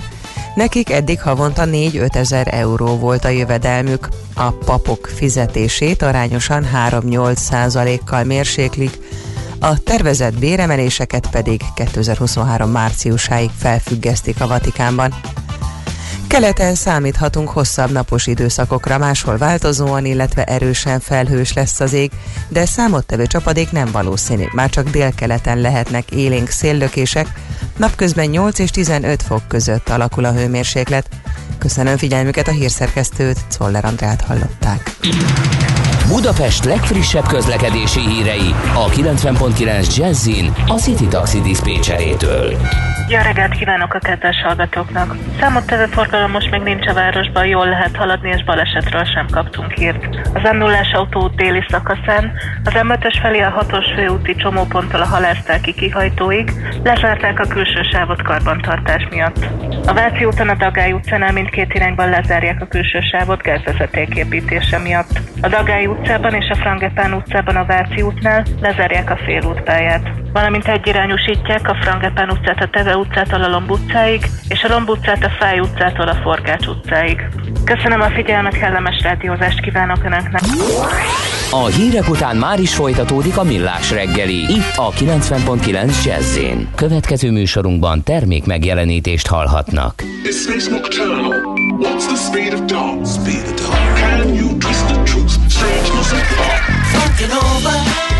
Nekik eddig havonta 4-5 ezer euró volt a jövedelmük. A papok fizetését arányosan 3-8%-kal mérséklik, a tervezett béremeléseket pedig 2023 márciusáig felfüggesztik a Vatikánban. Keleten számíthatunk hosszabb napos időszakokra, máshol változóan, illetve erősen felhős lesz az ég, de számottevő csapadék nem valószínű, már csak délkeleten lehetnek élénk széllökések, napközben 8 és 15 fok között alakul a hőmérséklet. Köszönöm figyelmüket, a hírszerkesztőt, Czoller Andrát hallották. Budapest legfrissebb közlekedési hírei a 90.9 Jazzin a City Taxi Diszpécserétől. Jó reggelt kívánok a kedves hallgatóknak! Számottevő forgalom most még nincs a városban, jól lehet haladni, és balesetről sem kaptunk hírt. Az M0-as autóút déli szakaszán, az M5-ös felé a 6-os főúti csomóponttól a Halásztáki kihajtóig lezárták a külső sávot karbantartás miatt. A Váci úton a Dagály utcánál mindkét irányban lezárják a külső sávot gázvezeték építése miatt. A Dagály utcában és a Frangepán utcában a Váci útnál lezárják a félútpályát, valamint egyirányúsítják a Frangepán utcát a Teve utcától a Lomb utcáig, és a Lomb utcát a Fáj utcától a Forgács utcáig. Köszönöm a figyelmet, kellemes rádiózást kívánok Önöknek! A hírek után már is folytatódik a Millás reggeli, itt a 90.9 Jazz-én. Következő műsorunkban termék megjelenítést hallhatnak. It's Space Nocturnal. What's the speed of dawn? Speed of dawn. Can you twist the truth? Strangeness and thought. Funkin' over.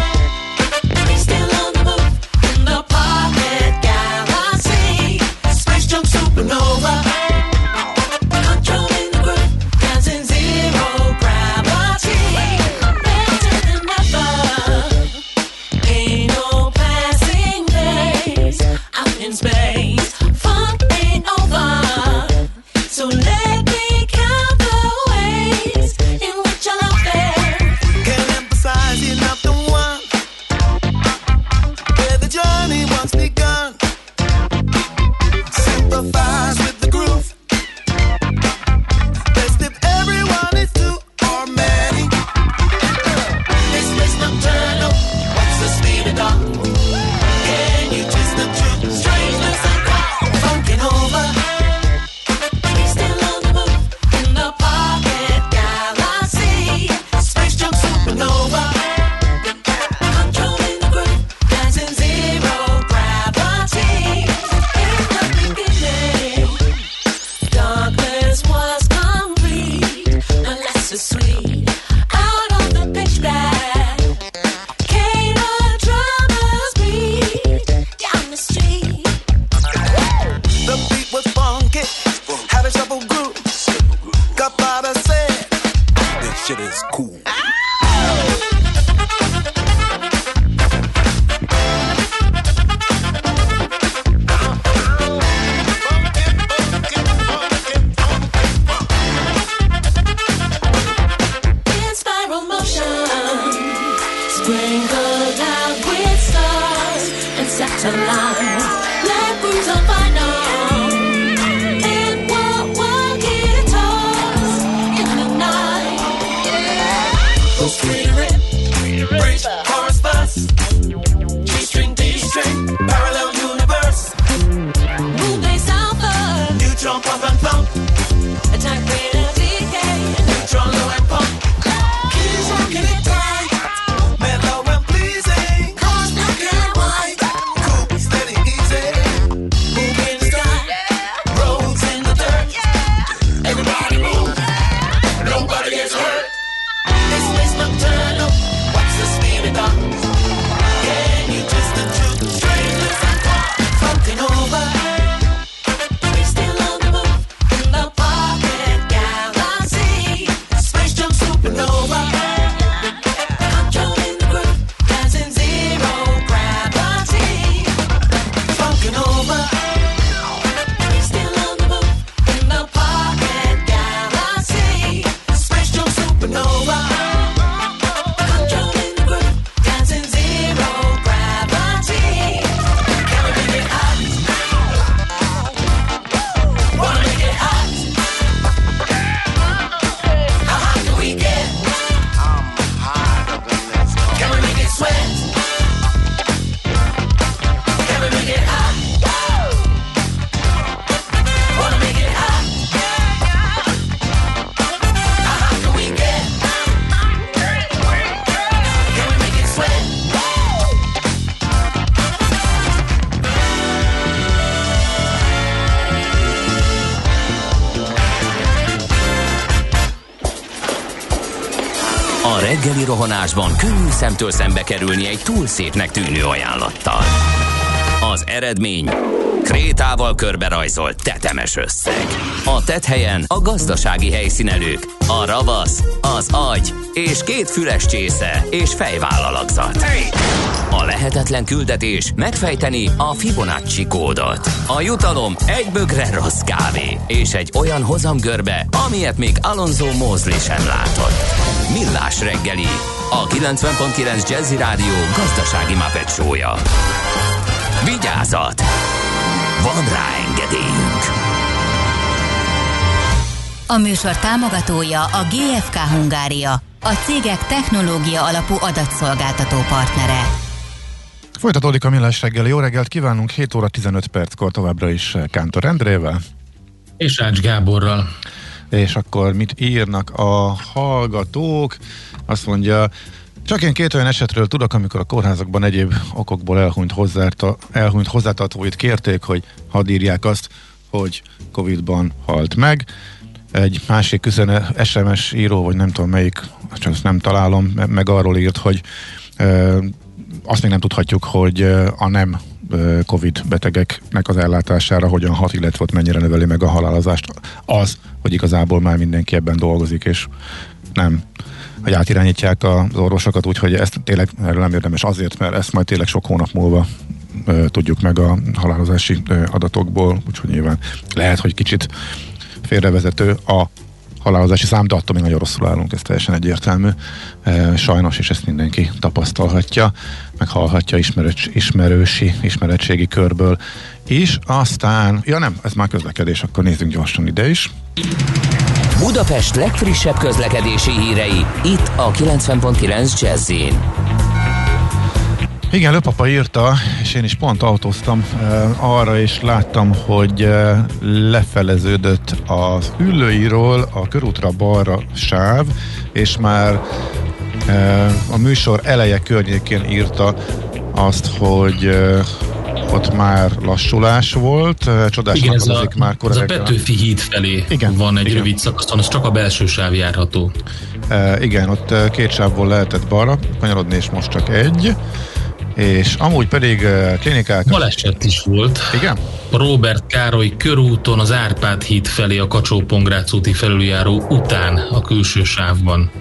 We still on the move in the pocket galaxy. Space junk supernova. Controlling the groove, dancing zero gravity. Better than ever. Ain't no passing days out in space. Funk ain't over. So let me count the ways in which I love it. Can't emphasize enough the one where the journey once begun. Sympathize with the groove. Best if everyone is two or many. This is nocturnal. What's the speed of dawn? Can you twist the truth? Strangeness and thought. Funkin' over. We still on the move in the pocket galaxy. Space junk supernova. Controlling the groove, dancing zero gravity. In the beginning, darkness was complete, unless it's sweet. Out of the pitch black, came a drummer's beat down the street. The beat was funky, had a shuffle groove. Capata said, this shit is cool. In spiral motion, sprinkled out with stars and satellites. Let grooves on final. And what guitars in the night. Go spirit, bridge, chorus, verse. G-string, D-string, parallel universe. Moonbase alpha, Neutron, pump and pump. attack rate of decay. Neutron, low and pump. Keys rocking it tight. Mellow and pleasing. Cause black and white. Cool, steady, easy. Moving sky. Roads in the dirt. Everybody move. Nobody gets hurt. This is nocturnal. What's the speed of dawn? Can you twist the truth? Strangeness and thought. Funkin' over. We still on the move in the pocket galaxy. Space junk supernova. Controlling the groove, dancing zero gravity. Funkin' over. We still on the move in the pocket galaxy. Space junk supernova. Controlling the groove, dancing zero gravity. Can we make it hot? Wanna make it hot? How hot can we get? A reggeli rohanásban könnyű szemtől szembe kerülni egy túl szépnek tűnő ajánlattal. Az eredmény krétával körberajzolt tetemes összeg. A tetthelyen a gazdasági helyszínelők, a ravasz, az agy és 2 füles csésze és fejvállalakzat. A lehetetlen küldetés megfejteni a Fibonacci kódot. A jutalom egy bögre rossz kávé és egy olyan hozamgörbe, amilyet még Alonso Mosley sem látott. Millás reggeli, a 90.9 Jazzy Rádió gazdasági Muppet show-ja. Vigyázat! Van rá engedélyünk! A műsor támogatója a GFK Hungária, a cégek technológia alapú adatszolgáltató partnere. Folytatódik a Millás reggeli. Jó reggelt kívánunk, 7 óra 15 perckor továbbra is Kántor Endrével. És Ács Gáborral. És akkor mit írnak a hallgatók? Azt mondja, csak én 2 olyan esetről tudok, amikor a kórházakban egyéb okokból elhunyt hozzátartóit kérték, hogy hadd írják azt, hogy Covid-ban halt meg. Egy másik SMS író, vagy nem tudom melyik, csak azt nem találom, meg arról írt, hogy azt még nem tudhatjuk, hogy a nem Covid betegeknek az ellátására hogyan hat, illetve ott mennyire növeli meg a halálozást. Az, hogy igazából már mindenki ebben dolgozik, és nem, hogy átirányítják az orvosokat, úgyhogy ezt tényleg erről nem érdemes azért, mert ezt majd tényleg sok hónap múlva tudjuk meg a halálozási adatokból, úgyhogy nyilván lehet, hogy kicsit félrevezető a halálozási szám, de attól még nagyon rosszul állunk, ez teljesen egyértelmű. Sajnos, és ezt mindenki tapasztalhatja, meg hallhatja ismeretségi körből is. Aztán, ja nem, ez már közlekedés, akkor nézzünk gyorsan ide is. Budapest legfrissebb közlekedési hírei, itt a 90.9 Jazz-in. Igen, Löpapa írta, és én is pont autóztam arra, és láttam, hogy lefeleződött az Üllőiról a körútra balra sáv, és már a műsor eleje környékén írta azt, hogy ott már lassulás volt. Csodás, igen, ez a Petőfi híd felé van egy rövid szakaszon, az csak a belső sáv járható. Igen, ott 2 sávból lehetett balra kanyarodni, és most csak egy. És amúgy pedig klinikák... Baleset is volt. Igen? Róbert Károly körúton az Árpád híd felé a Kacsó-Pongrác úti felüljáró után a külső sávban.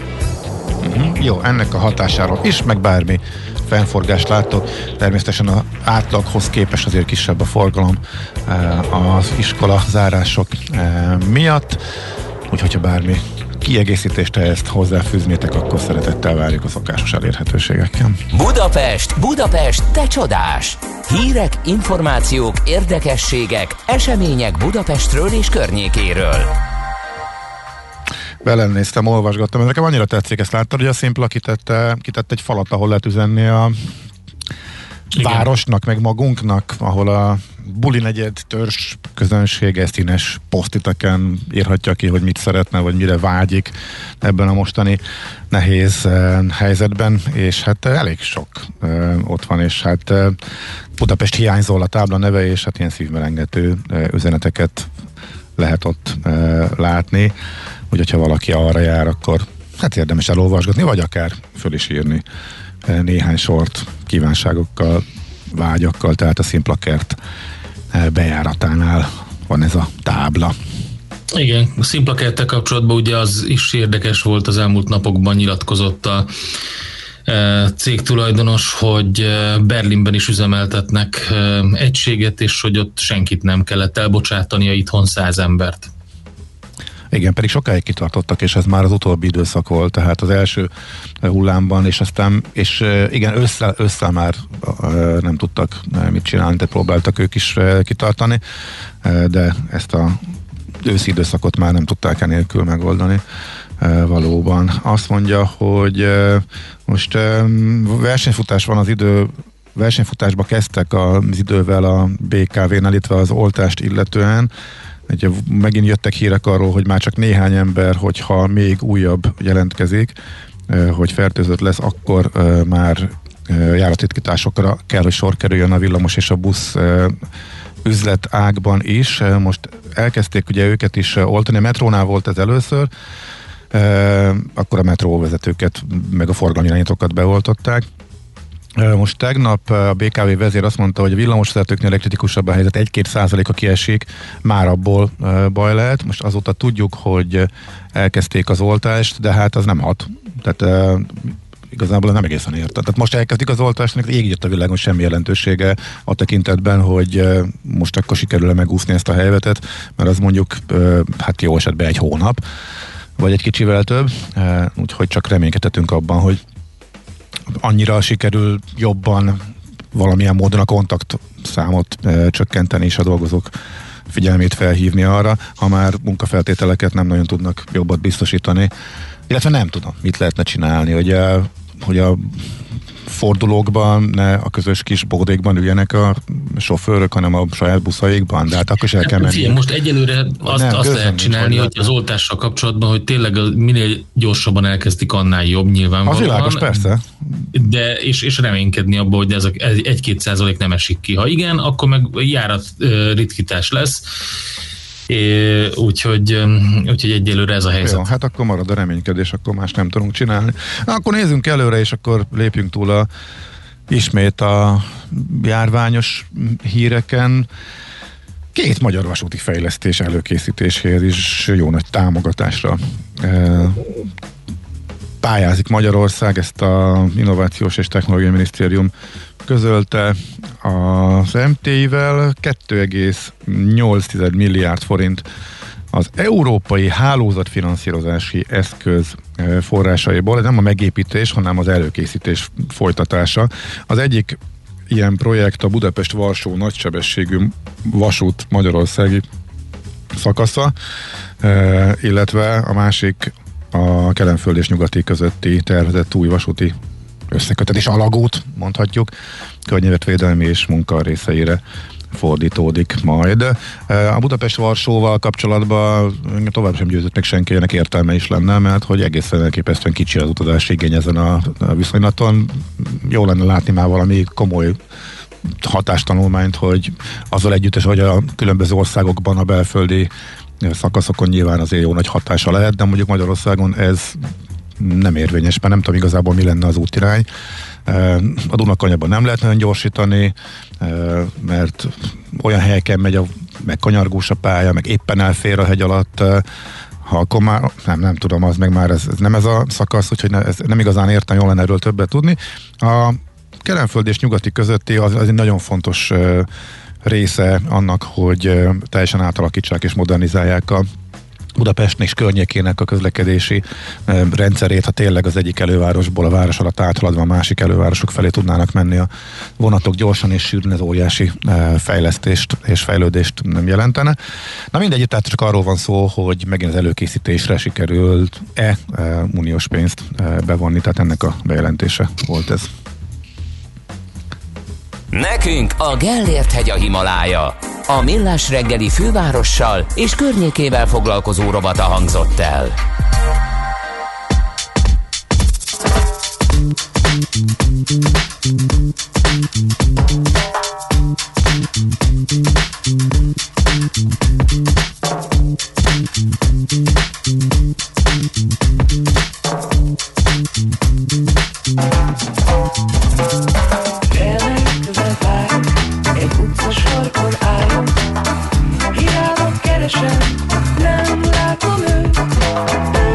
Jó, ennek a hatásáról is, meg bármi fennforgást látok. Természetesen az átlaghoz képest azért kisebb a forgalom az iskola zárások miatt. Úgyhogy ha bármi kiegészítést ezt hozzáfűznétek, akkor szeretettel várjuk a szokásos elérhetőségekkel. Budapest, te csodás! Hírek, információk, érdekességek, események Budapestről és környékéről. Belenéztem, olvasgattam, ez nekem annyira tetszik, ezt láttad, hogy a Szimpla kitett egy falat, ahol lehet üzenni a városnak, meg magunknak, ahol a buli negyed törzs közönsége színes posztiteken írhatja ki, hogy mit szeretne, vagy mire vágyik ebben a mostani nehéz helyzetben, és hát elég sok ott van, és hát Budapest hiányzol a tábla neve, és hát ilyen szívmelengető üzeneteket lehet ott látni, úgyhogy ha valaki arra jár, akkor hát érdemes elolvasgatni, vagy akár föl is írni néhány sort kívánságokkal, vágyakkal, tehát a Szimpla kert bejáratánál van ez a tábla. Igen, a Szimpla kerttel kapcsolatban ugye az is érdekes volt, az elmúlt napokban nyilatkozott a cégtulajdonos, hogy Berlinben is üzemeltetnek egységet, és hogy ott senkit nem kellett elbocsátania, itthon 100 embert. Igen, pedig sokáig kitartottak, és ez már az utóbbi időszak volt, tehát az első hullámban, és aztán, és igen, ősszel már nem tudtak mit csinálni, de próbáltak ők is kitartani, de ezt a őszi időszakot már nem tudták enélkül megoldani. Valóban. Azt mondja, hogy most versenyfutás van az idő, versenyfutásba kezdtek az idővel a BKV-nál, illetve az oltást illetően. Ugye megint jöttek hírek arról, hogy már csak néhány ember, hogyha még újabb jelentkezik, hogy fertőzött lesz, akkor már járatitkításokra kell, hogy sor kerüljön a villamos és a busz üzletágban is. Most elkezdték ugye őket is oltani, a metrónál volt ez először, akkor a metróvezetőket, meg a forgalomirányítókat beoltották. Most tegnap a BKV vezér azt mondta, hogy a villamosvezetőknél legkritikusabb a helyzet, 1-2%-a kiesik, már abból baj lehet. Most azóta tudjuk, hogy elkezdték az oltást, de hát az nem hat. Tehát igazából nem egészen értem. Tehát most elkezdik az oltást, égig jött a világon, semmi jelentősége a tekintetben, hogy most akkor sikerül-e megúszni ezt a helyzetet, mert az mondjuk hát jó esetben egy hónap, vagy egy kicsivel több, úgyhogy csak reménykedhetünk abban, hogy annyira sikerül jobban valamilyen módon a kontaktszámot csökkenteni és a dolgozók figyelmét felhívni arra, ha már munkafeltételeket nem nagyon tudnak jobbat biztosítani, illetve nem tudom, mit lehetne csinálni, hogy a fordulókban, ne a közös kis bódékban üljenek a sofőrök, hanem a saját buszaikban, de hát akkor is el kell menni. Most egyelőre azt lehet csinálni, hogy az oltással kapcsolatban, hogy tényleg minél gyorsabban elkezdik, annál jobb nyilvánvalóan. Az világos, persze. De, és reménykedni abban, hogy ez 1-2% nem esik ki. Ha igen, akkor meg járat ritkítás lesz. Úgyhogy egyelőre ez a helyzet. Jó, hát akkor marad a reménykedés, akkor más nem tudunk csinálni. Na, akkor nézzünk előre, és akkor lépjünk túl ismét a járványos híreken. 2 magyar vasúti fejlesztés előkészítéséhez is jó nagy támogatásra pályázik Magyarország, ezt az Innovációs és Technológiai Minisztérium közölte az MT-vel. 2,8 milliárd forint az európai hálózatfinanszírozási eszköz forrásaiból. Ez nem a megépítés, hanem az előkészítés folytatása. Az egyik ilyen projekt a Budapest-Varsó nagysebességű vasút magyarországi szakasza, illetve a másik a Kelenföld és Nyugati közötti tervezett új vasúti összekötetés, alagút mondhatjuk, környezetvédelmi és munka részeire fordítódik majd. A Budapest-Varsóval kapcsolatban tovább sem győzött meg senki, ennek értelme is lenne, mert hogy egészen elképesztően kicsi az utazási igény ezen a viszonylaton. Jó lenne látni már valami komoly hatástanulmányt, hogy azzal együttes, hogy a különböző országokban a belföldi szakaszokon nyilván azért jó nagy hatása lehet, de mondjuk Magyarországon ez nem érvényes, mert nem tudom igazából mi lenne az útirány. A Dunakanyagban nem lehet nagyon gyorsítani, mert olyan helyeken megy meg kanyargós a pálya, meg éppen elfér a hegy alatt, ha akkor már, nem tudom, az meg már ez nem ez a szakasz, úgyhogy ez nem igazán értem, jól lenne erről többet tudni. A Kelenföld és Nyugati közötti az egy nagyon fontos része annak, hogy teljesen átalakítsák és modernizálják a Budapestnek és környékének a közlekedési rendszerét, ha tényleg az egyik elővárosból a város alatt áthaladva a másik elővárosok felé tudnának menni a vonatok gyorsan és sűrűn, ez óriási fejlesztést és fejlődést nem jelentene. Na mindegy, tehát csak arról van szó, hogy megint az előkészítésre sikerült-e uniós pénzt bevonni, tehát ennek a bejelentése volt ez. Nekünk a Gellért-hegy a Himalája. A Millás reggeli fővárossal és környékével foglalkozó rovata hangzott el. Egy utcasorban állunk, hiába keresem, nem látom őt.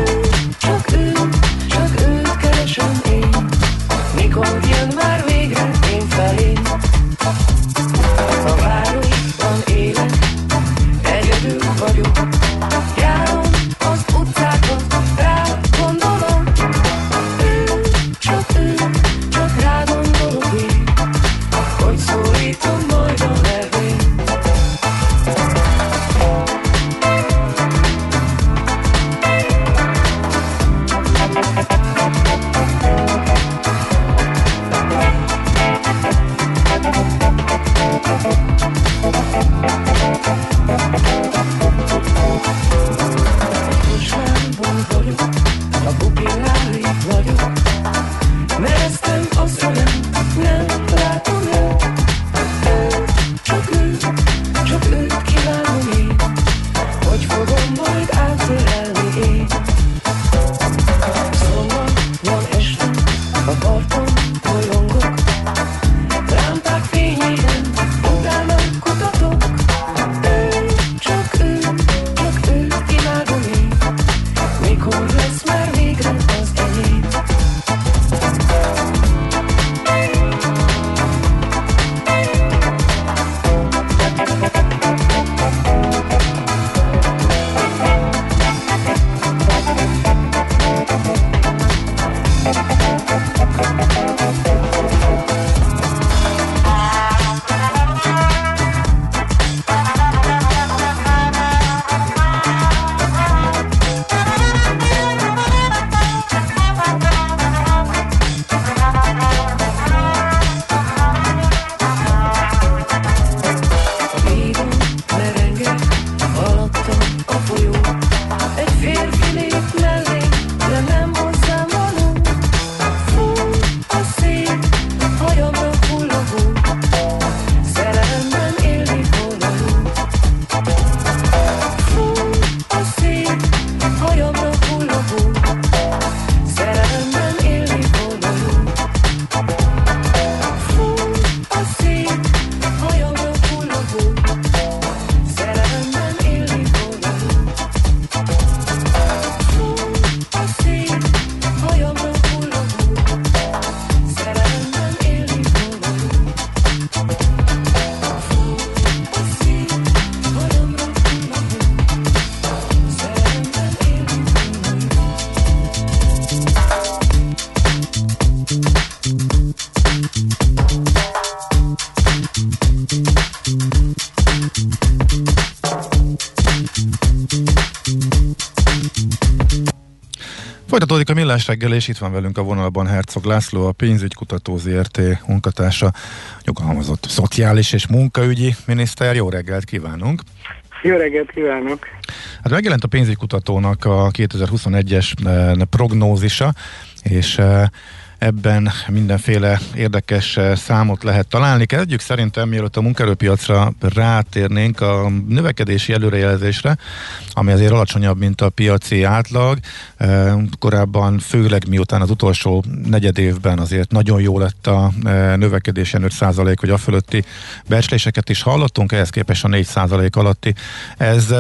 Folytatódik a Millás reggel, és itt van velünk a vonalban Hercog László, a Pénzügykutató Zrt. Munkatársa, nyugalmazott szociális és munkaügyi miniszter. Jó reggelt kívánunk! Jó reggelt kívánok! Hát megjelent a Pénzügykutatónak a 2021-es prognózisa, és ebben mindenféle érdekes számot lehet találni. Kezdjük szerintem, mielőtt a munkaerőpiacra rátérnénk, a növekedési előrejelzésre, ami azért alacsonyabb, mint a piaci átlag. Korábban, főleg miután az utolsó negyed évben azért nagyon jó lett a növekedés, 5% vagy a fölötti becsléseket is hallottunk, ehhez képest a 4% alatti. Ez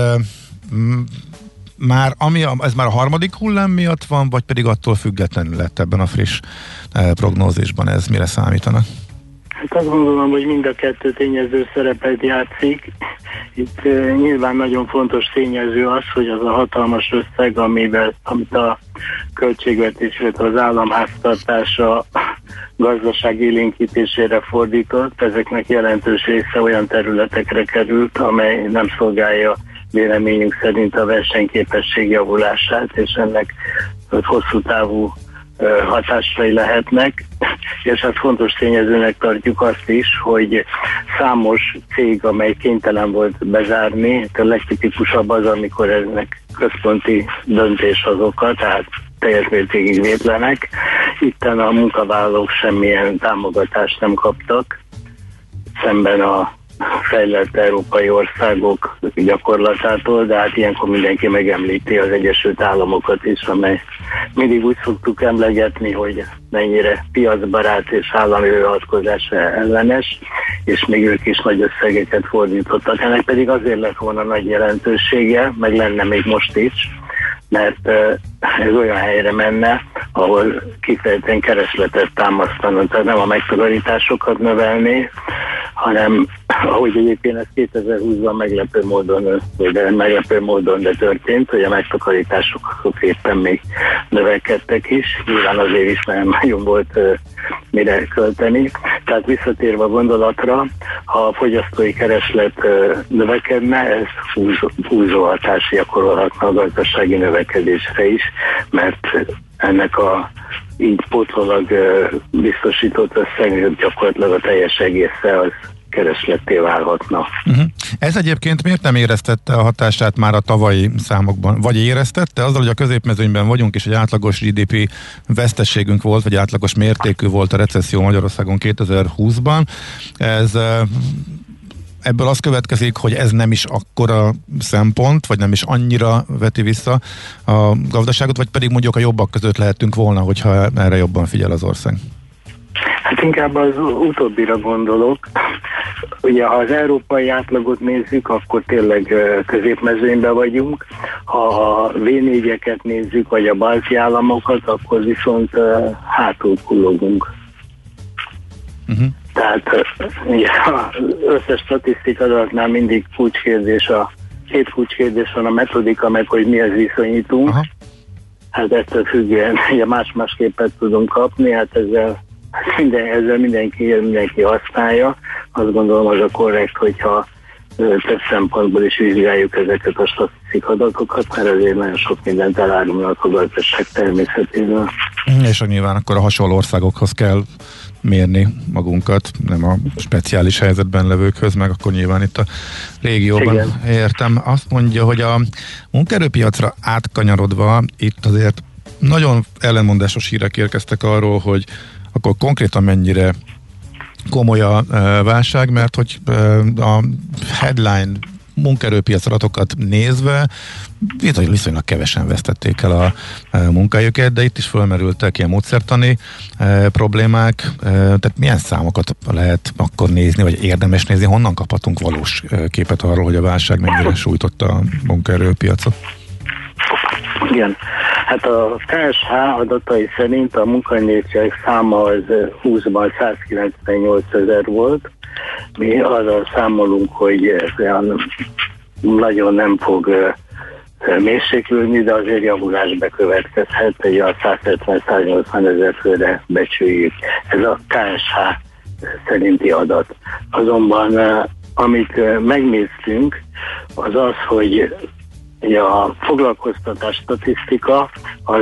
már a harmadik hullám miatt van, vagy pedig attól függetlenül lett ebben a friss prognózisban? Ez mire számítanak? Hát azt gondolom, hogy mind a kettő tényező szerepet játszik. Itt nyilván nagyon fontos tényező az, hogy az a hatalmas összeg, amit a költségvetés, az államháztartása gazdaság élénkítésére fordított, ezeknek jelentős része olyan területekre került, amely nem szolgálja véleményünk szerint a versenyképesség javulását, és ennek hosszú távú hatásai lehetnek, és hát fontos tényezőnek tartjuk azt is, hogy számos cég, amely kénytelen volt bezárni, a legtipikusabb az, amikor ennek központi döntéshozokat, tehát teljes mértékig vétlenek. Itten a munkavállalók semmilyen támogatást nem kaptak, szemben a fejlett európai országok gyakorlatától, de hát ilyenkor mindenki megemlíti az Egyesült Államokat is, amely mindig úgy szoktuk emlegetni, hogy mennyire piacbarát és állami beavatkozás ellenes, és még ők is nagy összegeket fordítottak. Ennek pedig azért lett volna nagy jelentősége, meg lenne még most is, mert ez olyan helyre menne, ahol kifejezetten keresletet támasztanak, tehát nem a megtakarításokat növelni, hanem ahogy egyébként ez 2020-ban meglepő módon de történt, hogy a megtakarítások éppen még növekedtek is, nyilván azért is, mert nagyon volt mire költeni. Tehát visszatérve a gondolatra, ha a fogyasztói kereslet növekedne, ez húzó hatás gyakorolhatna a gazdasági növekedésre is, mert ennek a így pótollag biztosított összeg gyakorlatilag a teljes egésze az keresletté válhatna. Ez egyébként miért nem éreztette a hatását már a tavalyi számokban? Vagy éreztette? Azzal, hogy a középmezőnyben vagyunk, és egy átlagos GDP veszteségünk volt, vagy átlagos mértékű volt a recesszió Magyarországon 2020-ban. Ebből az következik, hogy ez nem is akkora szempont, vagy nem is annyira veti vissza a gazdaságot, vagy pedig mondjuk a jobbak között lehetünk volna, hogyha erre jobban figyel az ország? Hát inkább az utóbbira gondolok. Ugye, ha az európai átlagot nézzük, akkor tényleg középmezőnyben vagyunk. Ha a V4-eket nézzük, vagy a balti államokat, akkor viszont hátul kullogunk. Tehát ugye, az összes statisztika adatnál mindig kulcskérdés, két kulcskérdés van, a metodika, meg hogy mi az viszonyítunk. Aha. Hát ettől függően ugye más képet tudunk kapni, hát ezzel mindenki használja. Azt gondolom, az a korrekt, hogyha több szempontból is vizsgáljuk ezeket a statisztikai adatokat, mert azért nagyon sok mindent elárulnak a gazdaság természetéből. És nyilván akkor a hasonló országokhoz kell mérni magunkat, nem a speciális helyzetben levőkhöz, meg akkor nyilván itt a régióban. Igen. Értem. Azt mondja, hogy a munkaerőpiacra átkanyarodva itt azért nagyon ellenmondásos hírek érkeztek arról, hogy akkor konkrétan mennyire komoly a válság, mert hogy a headline munkaerőpiac adatokat nézve viszonylag kevesen vesztették el a munkájukat, de itt is fölmerültek ilyen módszertani problémák, tehát milyen számokat lehet akkor nézni, vagy érdemes nézni, honnan kaphatunk valós képet arról, hogy a válság mennyire sújtotta a munkaerőpiacot? Igen, hát a KSH adatai szerint a munkanélküliek száma az 20-ban 198 000 volt. Mi azzal számolunk, hogy ez olyan nagyon nem fog mérséklődni, de azért javulás bekövetkezhet, hogy a 170-180 000 főre becsüljük. Ez a KSH szerinti adat. Azonban amit megnéztünk, az az, hogy a foglalkoztatás statisztika az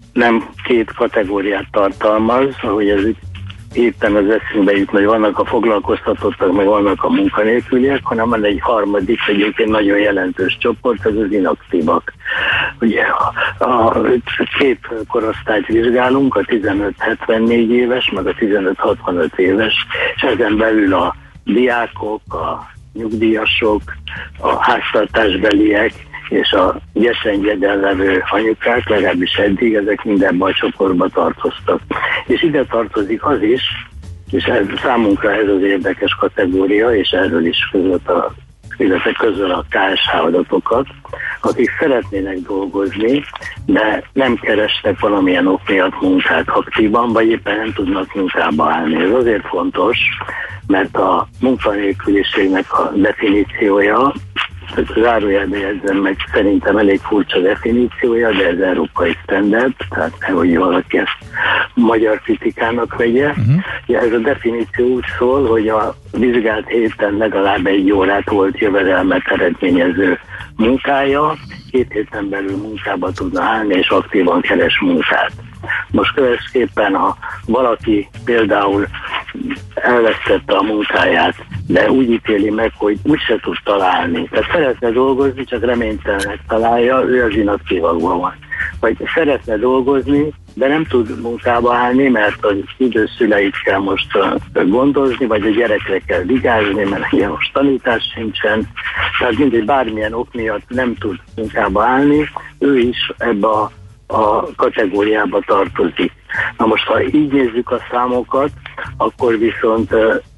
nem két kategóriát tartalmaz, ahogy ez éppen az eszünkbe jut, hogy vannak a foglalkoztatottak, meg vannak a munkanélküliek, hanem van egy harmadik, egyébként nagyon jelentős csoport, ez az inaktívak. Ugye a két korosztályt vizsgálunk, a 15-74 éves, meg a 15-65 éves, és ezen belül a diákok, a nyugdíjasok, a háztartásbeliek és a gyesengyeden levő anyukák, legalábbis eddig, ezek mindenben a csoportba tartoztak. És ide tartozik az is, és számunkra ez az érdekes kategória, és erről is közöl a KSH adatokat, akik szeretnének dolgozni, de nem kerestek valamilyen ok miatt munkát aktívan, vagy éppen nem tudnak munkába állni. Ez azért fontos, mert a munkanélküliségnek a definíciója, zárójelbe jegyzem meg, szerintem elég furcsa definíciója, de ez európai standard, tehát nehogy valaki ezt magyar kritikának vegye. Ja, ez a definíció úgy szól, hogy a vizsgált héten legalább 1 órát volt jövedelmet eredményező munkája, 2 héten belül munkába tudna állni, és aktívan keres munkát. Most következésképpen, ha valaki például elvesztette a munkáját, de úgy ítéli meg, hogy úgyse tud találni, tehát szeretne dolgozni, csak reménytelenek találja, ő az inaktívakban van. Vagy szeretne dolgozni, de nem tud munkába állni, mert az idős szüleit kell most gondozni, vagy a gyerekre kell vigyázni, mert ilyen most tanítás sincsen, tehát mindegy bármilyen ok miatt nem tud munkába állni, ő is ebbe a kategóriába tartozik. Na most, ha így nézzük a számokat, akkor viszont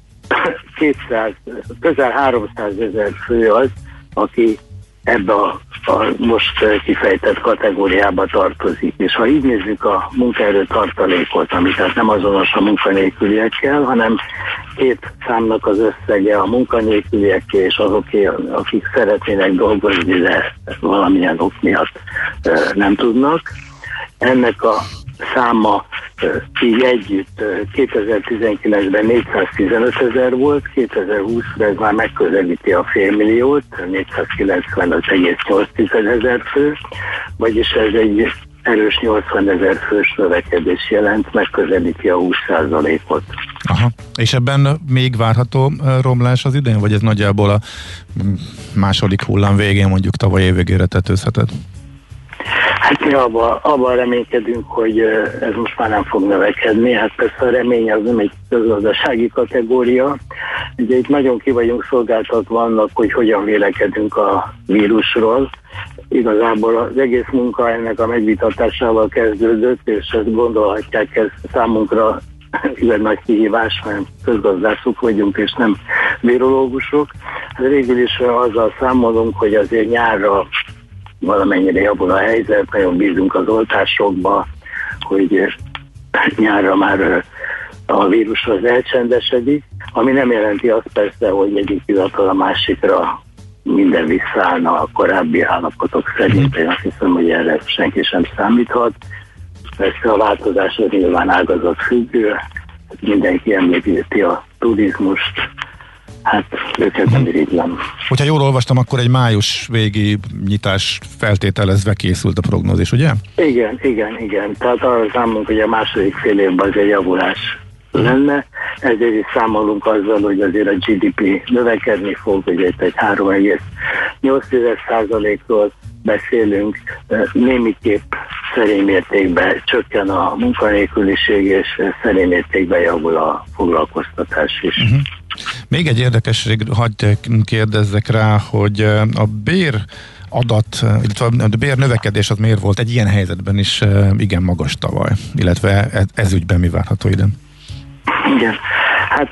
közel 300 000 fő az, aki ebbe a most kifejtett kategóriába tartozik. És ha így nézzük a munkaerő tartalékot, ami tehát nem azonos a munkanélküliekkel, hanem 2 számnak az összege a munkanélküliekké és azoké, akik szeretnének dolgozni, de valamilyen ok miatt nem tudnak. Ennek a száma így együtt 2019-ben 415 000 volt, 2020-ra ez már megközelíti a 500 000, 495,8 000 fő, vagyis ez egy erős 80 000 fős növekedés jelent, megközelíti a 20%-ot. Aha. És ebben még várható romlás az idén, vagy ez nagyjából a második hullám végén, mondjuk tavaly év végére tetőzhetett? Hát mi abban reménykedünk, hogy ez most már nem fog növekedni. Hát persze a remény az nem egy közgazdasági kategória. Ugye itt nagyon ki vagyunk szolgáltatva annak, hogy hogyan vélekedünk a vírusról. Igazából az egész munka ennek a megvitatásával kezdődött, és ezt gondolhatják, ez számunkra igen nagy kihívás, mert közgazdászok vagyunk, és nem virológusok. Hát végül is azzal számolunk, hogy azért nyárra valamennyire javul a helyzet, nagyon bízunk az oltásokba, hogy nyárra már a vírus az elcsendesedik, ami nem jelenti azt persze, hogy egyik pillanatról a másikra minden visszaállna a korábbi állapotok szerint. Én azt hiszem, hogy erre senki sem számíthat. Persze a változás az nyilván ágazat függő, mindenki említi a turizmust, hát őket nem irigylem. Hogyha jól olvastam, akkor egy május végi nyitás feltételezve készült a prognózis, ugye? Igen. Tehát arra számolunk, hogy a második fél évben az egy javulás lenne. Ezért is számolunk azzal, hogy azért a GDP növekedni fog, hogy egy 3,8%-ról beszélünk, némiképp szerény mértékben csökken a munkanélküliség, és szerény mértékben javul a foglalkoztatás is. Még egy érdekesség, hadd kérdezzek rá, hogy a bér adat, illetve a bér növekedés az miért volt egy ilyen helyzetben is igen magas tavaly, illetve ez ügyben mi várható ide? Igen, hát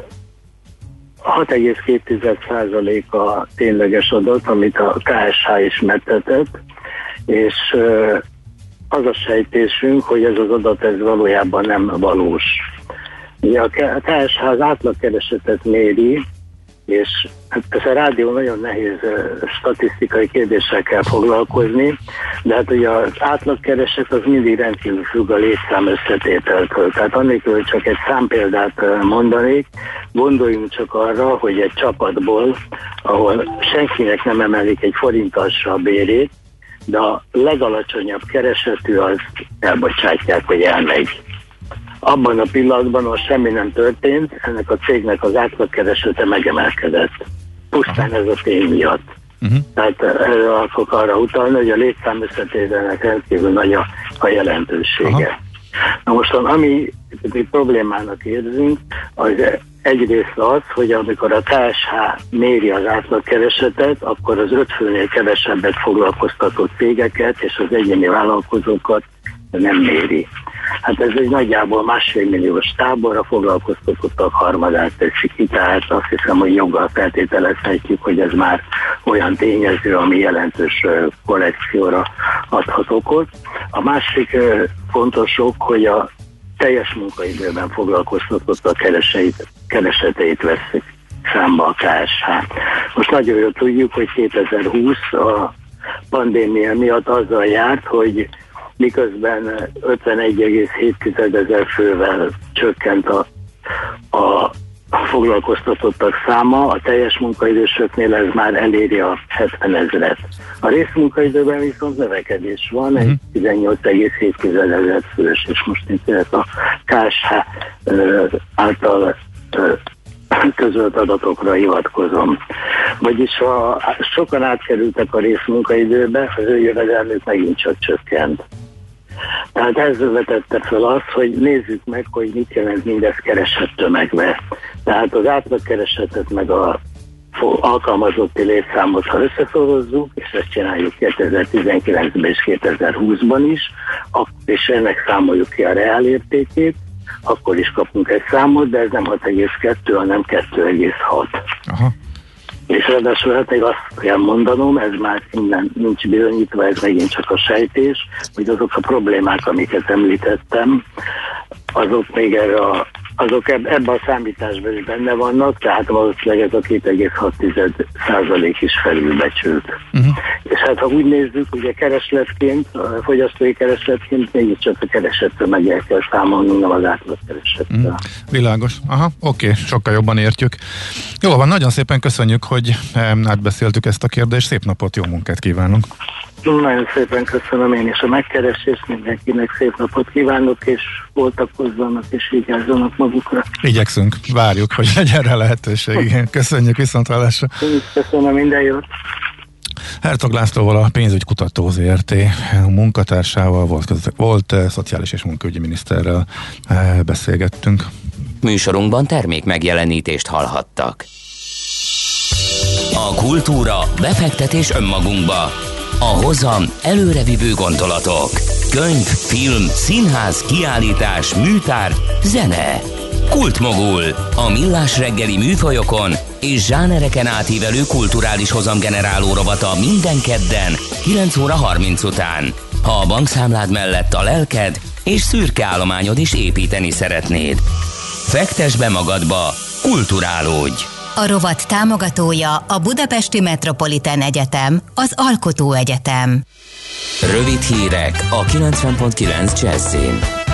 6,2% a tényleges adat, amit a KSH ismertetett, és az a sejtésünk, hogy ez az adat ez valójában nem valós. Ugye a KSH az átlagkeresetet méri, és hát persze a rádió nagyon nehéz statisztikai kérdéssel kell foglalkozni, de hát ugye az átlagkereset az mindig rendkívül függ a létszám összetételtől. Tehát annélkül csak egy számpéldát mondanék, gondoljunk csak arra, hogy egy csapatból, ahol senkinek nem emelik egy forinttal se a bérét, de a legalacsonyabb keresetű az elbocsátják, hogy elmegy. Abban a pillanatban most semmi nem történt, ennek a cégnek az átlagkeresete megemelkedett. Pusztán ez a tény miatt. Tehát erről akarok arra utalni, hogy a létszám összetételnek rendkívül nagy a jelentősége. Na most, ami mi problémának érzünk, az egyrészt az, hogy amikor a KSH méri az átlagkeresetet, akkor az 5 főnél kevesebbet foglalkoztató cégeket és az egyéni vállalkozókat nem méri. Hát ez egy nagyjából 1,5 milliós tábor, a foglalkoztatottak harmadát teszik ki, tehát azt hiszem, hogy joggal feltételezhetjük, hogy ez már olyan tényező, ami jelentős korrekcióra adhat okot. A másik fontos ok, hogy a teljes munkaidőben foglalkoztatottak kereseteit veszik számba a KSH. Most nagyon jól tudjuk, hogy 2020 a pandémia miatt azzal járt, hogy miközben 51,7 ezer fővel csökkent a foglalkoztatottak száma, a teljes munkaidősöknél ez már eléri a 70 ezeret. A részmunkaidőben viszont növekedés van, egy 18,7 ezer fős, és most itt a KSH által közölt adatokra hivatkozom. Vagyis ha sokan átkerültek a részmunkaidőbe, az ő jövedelmük megint csak csökkent. Tehát ez vetette fel azt, hogy nézzük meg, hogy mit jelent mindez keresett tömegbe. Tehát az átlagkeresetet meg a alkalmazotti létszámot, ha összeszorozzuk, és ezt csináljuk 2019-ben és 2020-ban is, és ennek számoljuk ki a reálértékét, akkor is kapunk egy számot, de ez nem 6,2, hanem 2,6. És ráadásul hát még azt kell mondanom, ez már innen nincs bizonyítva, ez megint csak a sejtés, hogy azok a problémák, amiket említettem, azok még ebben a számításban is benne vannak, tehát valószínűleg ez a 2,6% is felülbecsült. És hát ha úgy nézzük, ugye keresletként, fogyasztói keresletként mégiscsak a keresettömeggel kell számolni, nem az átlagkeresettel. Világos. Oké, sokkal jobban értjük. Jó van, nagyon szépen köszönjük, hogy átbeszéltük ezt a kérdést. Szép napot, jó munkát kívánunk! Nagyon szépen köszönöm én is a megkeresést, mindenkinek szép napot kívánok, és voltakozzanak és vigyázzanak magukra. Igyekszünk, várjuk, hogy legyen rá lehetőség. Igen, köszönjük, viszonthallásra. Köszönöm, minden jót. Hertog Lászlóval, a pénzügykutató ZRT munkatársával, volt szociális és munkaügyi miniszterrel beszélgettünk. Műsorunkban termék megjelenítést hallhattak. A kultúra, befektetés önmagunkba. A hozam előrevívő gondolatok. Könyv, film, színház, kiállítás, műtár, zene. Kultmogul. A millás reggeli műfajokon és zsánereken átívelő kulturális hozamgeneráló rovata minden kedden 9 óra 30 után. Ha a bankszámlád mellett a lelked és szürke állományod is építeni szeretnéd. Fektess be magadba, kulturálódj! A rovat támogatója a Budapesti Metropolitán Egyetem, az Alkotó Egyetem. Rövid hírek a 90.9 Jazzin.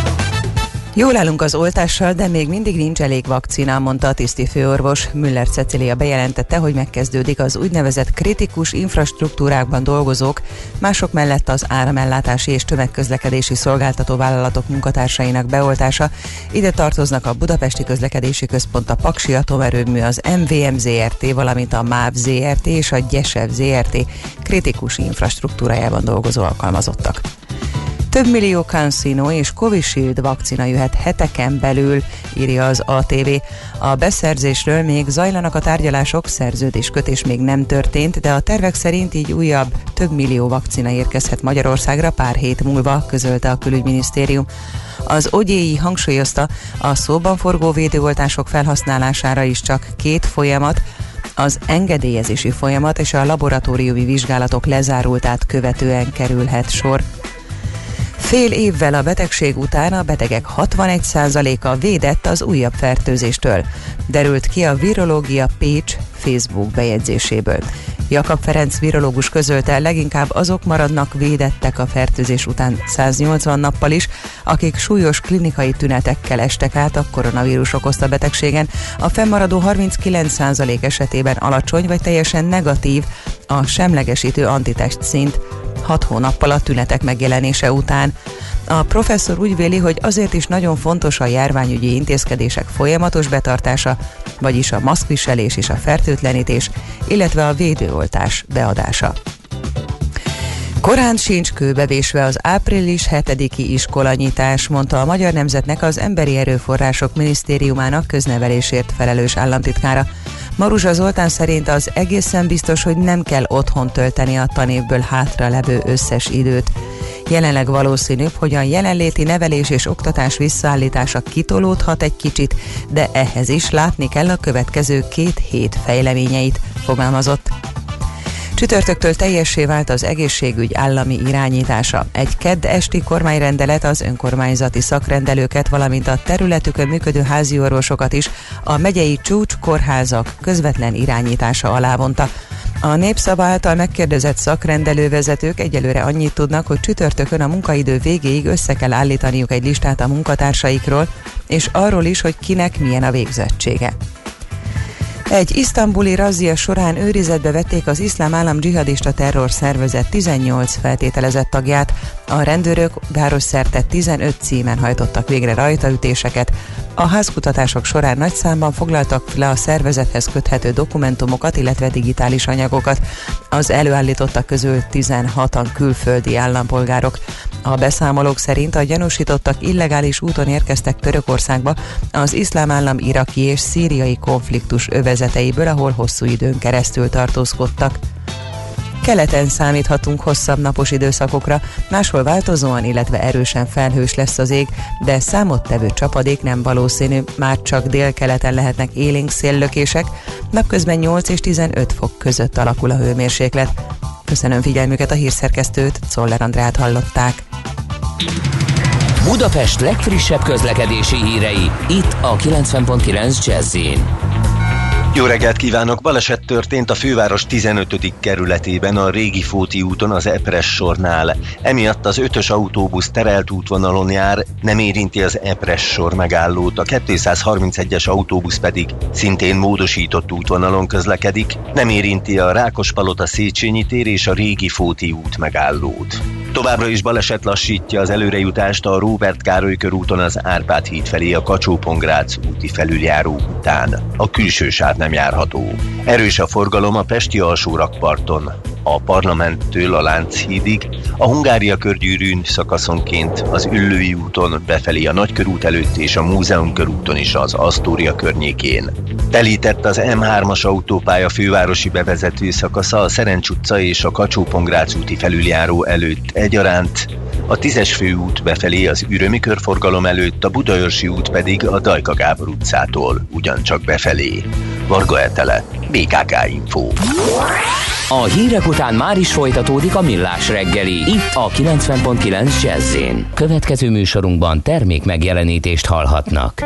Jól állunk az oltással, de még mindig nincs elég vakcina, mondta a tisztifőorvos. Müller Cecília bejelentette, hogy megkezdődik az úgynevezett kritikus infrastruktúrákban dolgozók, mások mellett az áramellátási és tömegközlekedési szolgáltató vállalatok munkatársainak beoltása. Ide tartoznak a Budapesti Közlekedési Központ, a Paksi Atomerőmű, az MVM ZRT, valamint a MÁV ZRT és a Gyesev ZRT kritikus infrastruktúrájában dolgozó alkalmazottak. Több millió CanSino és Covishield vakcina jöhet heteken belül, írja az ATV. A beszerzésről még zajlanak a tárgyalások, szerződéskötés még nem történt, de a tervek szerint így újabb több millió vakcina érkezhet Magyarországra pár hét múlva, közölte a Külügyminisztérium. Az OGI hangsúlyozta, a szóban forgó védőoltások felhasználására is csak 2 folyamat, az engedélyezési folyamat és a laboratóriumi vizsgálatok lezárultát követően kerülhet sor. Fél évvel a betegség után a betegek 61%-a védett az újabb fertőzéstől, derült ki a Virológia Pécs Facebook bejegyzéséből. Jakab Ferenc virológus közölte, leginkább azok maradnak védettek a fertőzés után 180 nappal is, akik súlyos klinikai tünetekkel estek át a koronavírus okozta betegségen. A fennmaradó 39% esetében alacsony vagy teljesen negatív a semlegesítő antitest szint. 6 hónappal a tünetek megjelenése után. A professzor úgy véli, hogy azért is nagyon fontos a járványügyi intézkedések folyamatos betartása, vagyis a maszkviselés és a fertőtlenítés, illetve a védőoltás beadása. Korán sincs kőbevésve az április 7-i iskolanyitás, mondta a Magyar Nemzetnek az Emberi Erőforrások Minisztériumának köznevelésért felelős államtitkára. Maruzsa Zoltán szerint az egészen biztos, hogy nem kell otthon tölteni a tanévből hátralevő összes időt. Jelenleg valószínűbb, hogy a jelenléti nevelés és oktatás visszaállítása kitolódhat egy kicsit, de ehhez is látni kell a következő 2 hét fejleményeit, fogalmazott. Csütörtöktől teljessé vált az egészségügy állami irányítása. Egy kedd esti kormányrendelet az önkormányzati szakrendelőket, valamint a területükön működő háziorvosokat is a megyei csúcskórházak közvetlen irányítása alá vonta. A Népszava által megkérdezett szakrendelővezetők egyelőre annyit tudnak, hogy csütörtökön a munkaidő végéig össze kell állítaniuk egy listát a munkatársaikról, és arról is, hogy kinek milyen a végzettsége. Egy isztambuli razzia során őrizetbe vették az Iszlám Állam dzsihadista terrorszervezet 18 feltételezett tagját. A rendőrök városszerte 15 címen hajtottak végre rajtaütéseket. A házkutatások során nagy számban foglaltak le a szervezethez köthető dokumentumokat, illetve digitális anyagokat. Az előállítottak közül 16-an külföldi állampolgárok. A beszámolók szerint a gyanúsítottak illegális úton érkeztek Törökországba az Iszlám Állam iraki és szíriai konfliktus övezeteiből, ahol hosszú időn keresztül tartózkodtak. Keleten számíthatunk hosszabb napos időszakokra, máshol változóan, illetve erősen felhős lesz az ég, de számottevő csapadék nem valószínű, már csak délkeleten lehetnek élénk széllökések, napközben 8 és 15 fok között alakul a hőmérséklet. Köszönöm figyelmüket, a hírszerkesztőt, Czoller Andrát hallották. Budapest legfrissebb közlekedési hírei, itt a 90.9 Jazz-in. Jó reggelt kívánok! Baleset történt a főváros 15. kerületében a Régifóti úton az Epres sornál. Emiatt az 5-ös autóbusz terelt útvonalon jár, nem érinti az Epres sor megállót, a 231-es autóbusz pedig szintén módosított útvonalon közlekedik, nem érinti a Rákospalota Széchenyi tér és a Régifóti út megállót. Továbbra is baleset lassítja az előrejutást a Róbert Károly körúton az Árpád híd felé a Kacsó-Pongrác úti felüljáró után. A külső sáv nem járható. Erős a forgalom a pesti alsórakparton, a Parlamenttől a Lánchídig, a Hungária körgyűrűn szakaszonként az Üllői úton befelé a Nagykörút előtt és a Múzeum körúton is az Asztória környékén. Telített az M3-as autópálya fővárosi bevezető szakasza a Szerencs utca és a Kacsó-Pongrác úti felüljáró előtt egyaránt, a 10-es főút befelé az Ürömi körforgalom előtt, a Budaörsi út pedig a Dajka Gábor utcától ugyancsak befelé. Varga Etele, BKK Info. A hírek után már is folytatódik a Millás reggeli, itt a 90.9 Jazz-in. Következő műsorunkban termék megjelenítést hallhatnak.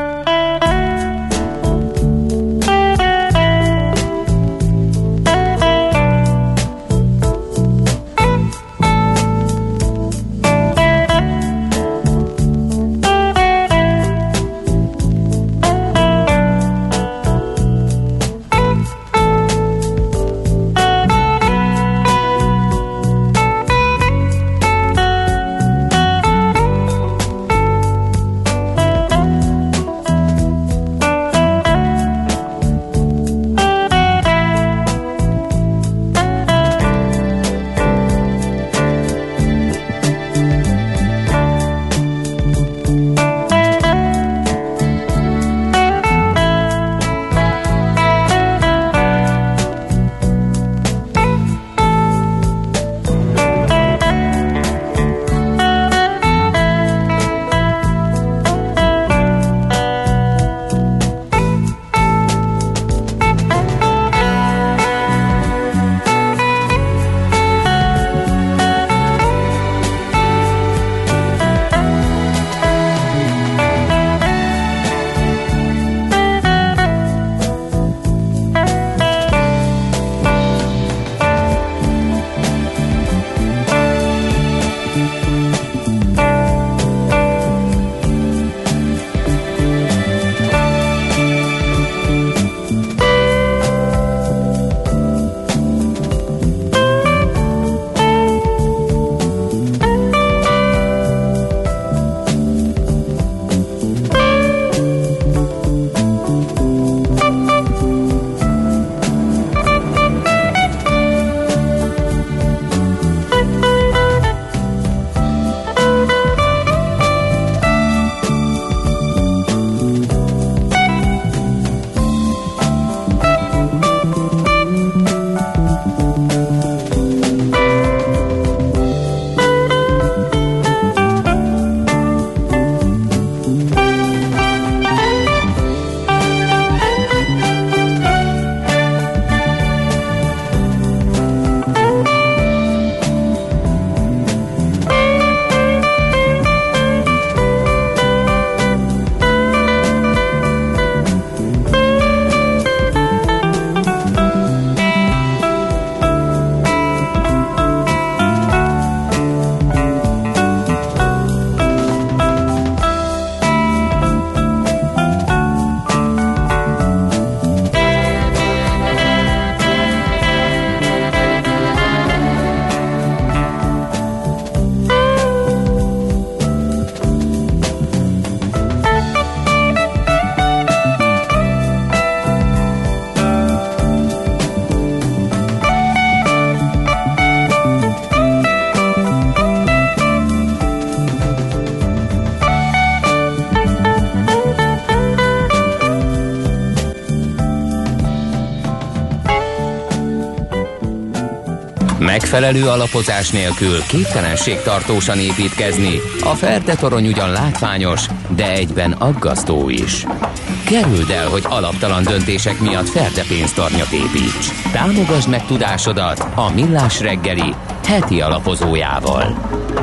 Megfelelő alapozás nélkül képtelenség tartósan építkezni. A Ferde torony ugyan látványos, de egyben aggasztó is. Kerüld el, hogy alaptalan döntések miatt Ferde pénztarnyat építs. Támogasd meg tudásodat a Millás reggeli heti alapozójával.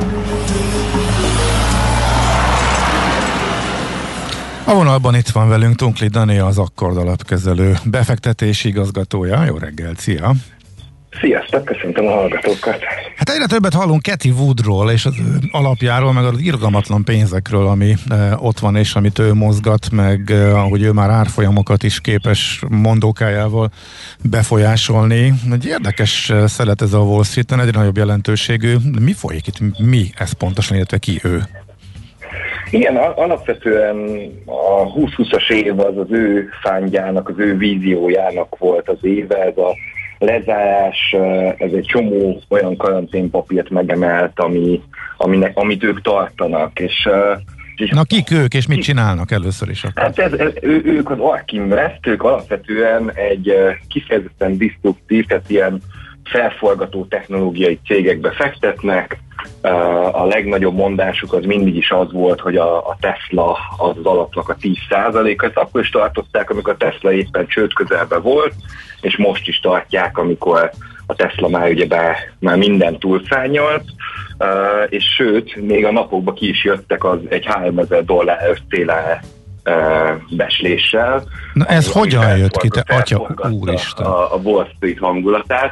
A vonalban itt van velünk Tunkli Dani, az Akkord alapkezelő befektetési igazgatója. Jó reggelt, szia! Sziasztok, köszöntöm a hallgatókat! Hát egyre többet hallunk Cathie Woodról és az alapjáról, meg az irgalmatlan pénzekről, ami ott van, és amit ő mozgat, meg ahogy ő már árfolyamokat is képes mondókájával befolyásolni. Egy érdekes szelet ez a Wall Street-en, egyre nagyobb jelentőségű. Mi folyik itt? Mi ez pontosan, illetve ki ő? Igen, alapvetően a 2020-as év az ő fándjának, az ő víziójának volt az éve, ez a lezárás, ez egy csomó olyan karanténpapírt megemelt, amit ők tartanak. Na kik ők, és mit csinálnak először is? Hát ők az ARK Invest, ők alapvetően egy kifejezetten disztruktív, tehát ilyen felforgató technológiai cégekbe fektetnek. A legnagyobb mondásuk az mindig is az volt, hogy a Tesla az alapnak a 10%-a, ezt akkor is tartották, amikor a Tesla éppen csőd közelben volt, és most is tartják, amikor a Tesla már már minden túlszárnyalt, és sőt, még a napokban ki is jöttek az egy $3000 céle besléssel. Na ez hogyan jött ki, te atya úristen? A Wall Street hangulatát.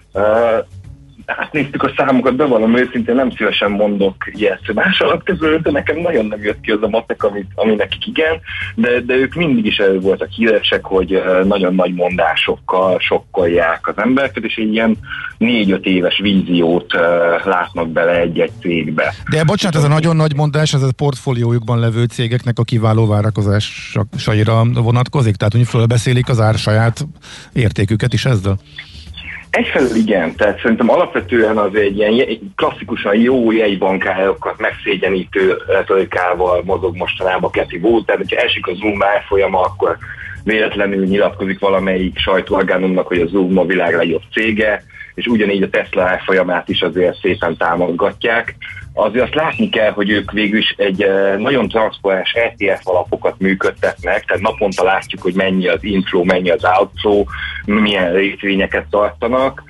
Hát néztük a számokat, bevallom őszintén, nem szívesen mondok ilyet más alapkezelő, de nekem nagyon nem jött ki az a matek, ami nekik igen, de ők mindig is elő voltak híresek, hogy nagyon nagy mondásokkal sokkolják az embereket, és egy ilyen 4-5 éves víziót látnak bele egy-egy cégbe. De bocsánat, ez a nagyon nagy mondás, ez a portfóliójukban levő cégeknek a kiváló várakozásaira vonatkozik? Tehát úgy fölbeszélik az ár saját értéküket is ezzel? Egyfelől igen, tehát szerintem alapvetően az egy ilyen klasszikusan jó jegybankárokat megszégyenítő retorikával mozog mostanában Cathie Wood, tehát hogyha esik a Zoom árfolyama, akkor véletlenül nyilatkozik valamelyik sajtóorgánumnak, hogy a Zoom a világ legjobb cége, és ugyanígy a Tesla árfolyamát is azért szépen támogatják. Azért azt látni kell, hogy ők végül is egy nagyon transzparens ETF alapokat működtetnek, tehát naponta látjuk, hogy mennyi az inflow, mennyi az outflow, milyen részvényeket tartanak.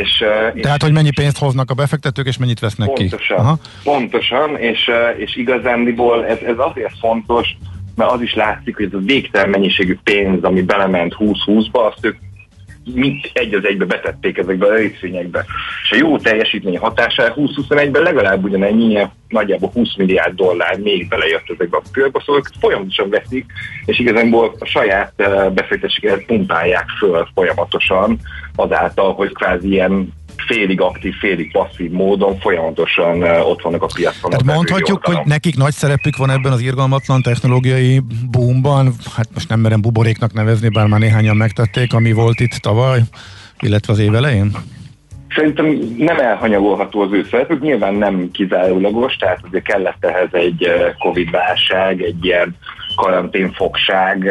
Tehát, hogy mennyi pénzt hoznak a befektetők, és mennyit vesznek pontosan, ki. Aha. Pontosan, és igazándiból ez azért fontos, mert az is látszik, hogy ez a végtelen mennyiségű pénz, ami belement 2020-ba, azt ők mind egy az egybe betették ezekbe a részvényekbe. És a jó teljesítmény hatására 2021-ben legalább ugyanennyi, nagyjából $20 milliárd még belejött ezekbe a körbe, szóval folyamatosan veszik, és igazából a saját befektetéseket pumpálják föl folyamatosan, azáltal, hogy kvázi ilyen félig aktív, félig passzív módon folyamatosan ott vannak a piacon. Tehát mondhatjuk, hogy nekik nagy szerepük van ebben az irgalmatlan technológiai boomban, hát most nem merem buboréknak nevezni, bár már néhányan megtették, ami volt itt tavaly, illetve az év elején? Szerintem nem elhanyagolható az ő szerepük, nyilván nem kizárólagos, tehát azért kellett ehhez egy Covid-válság, egy ilyen karanténfogság,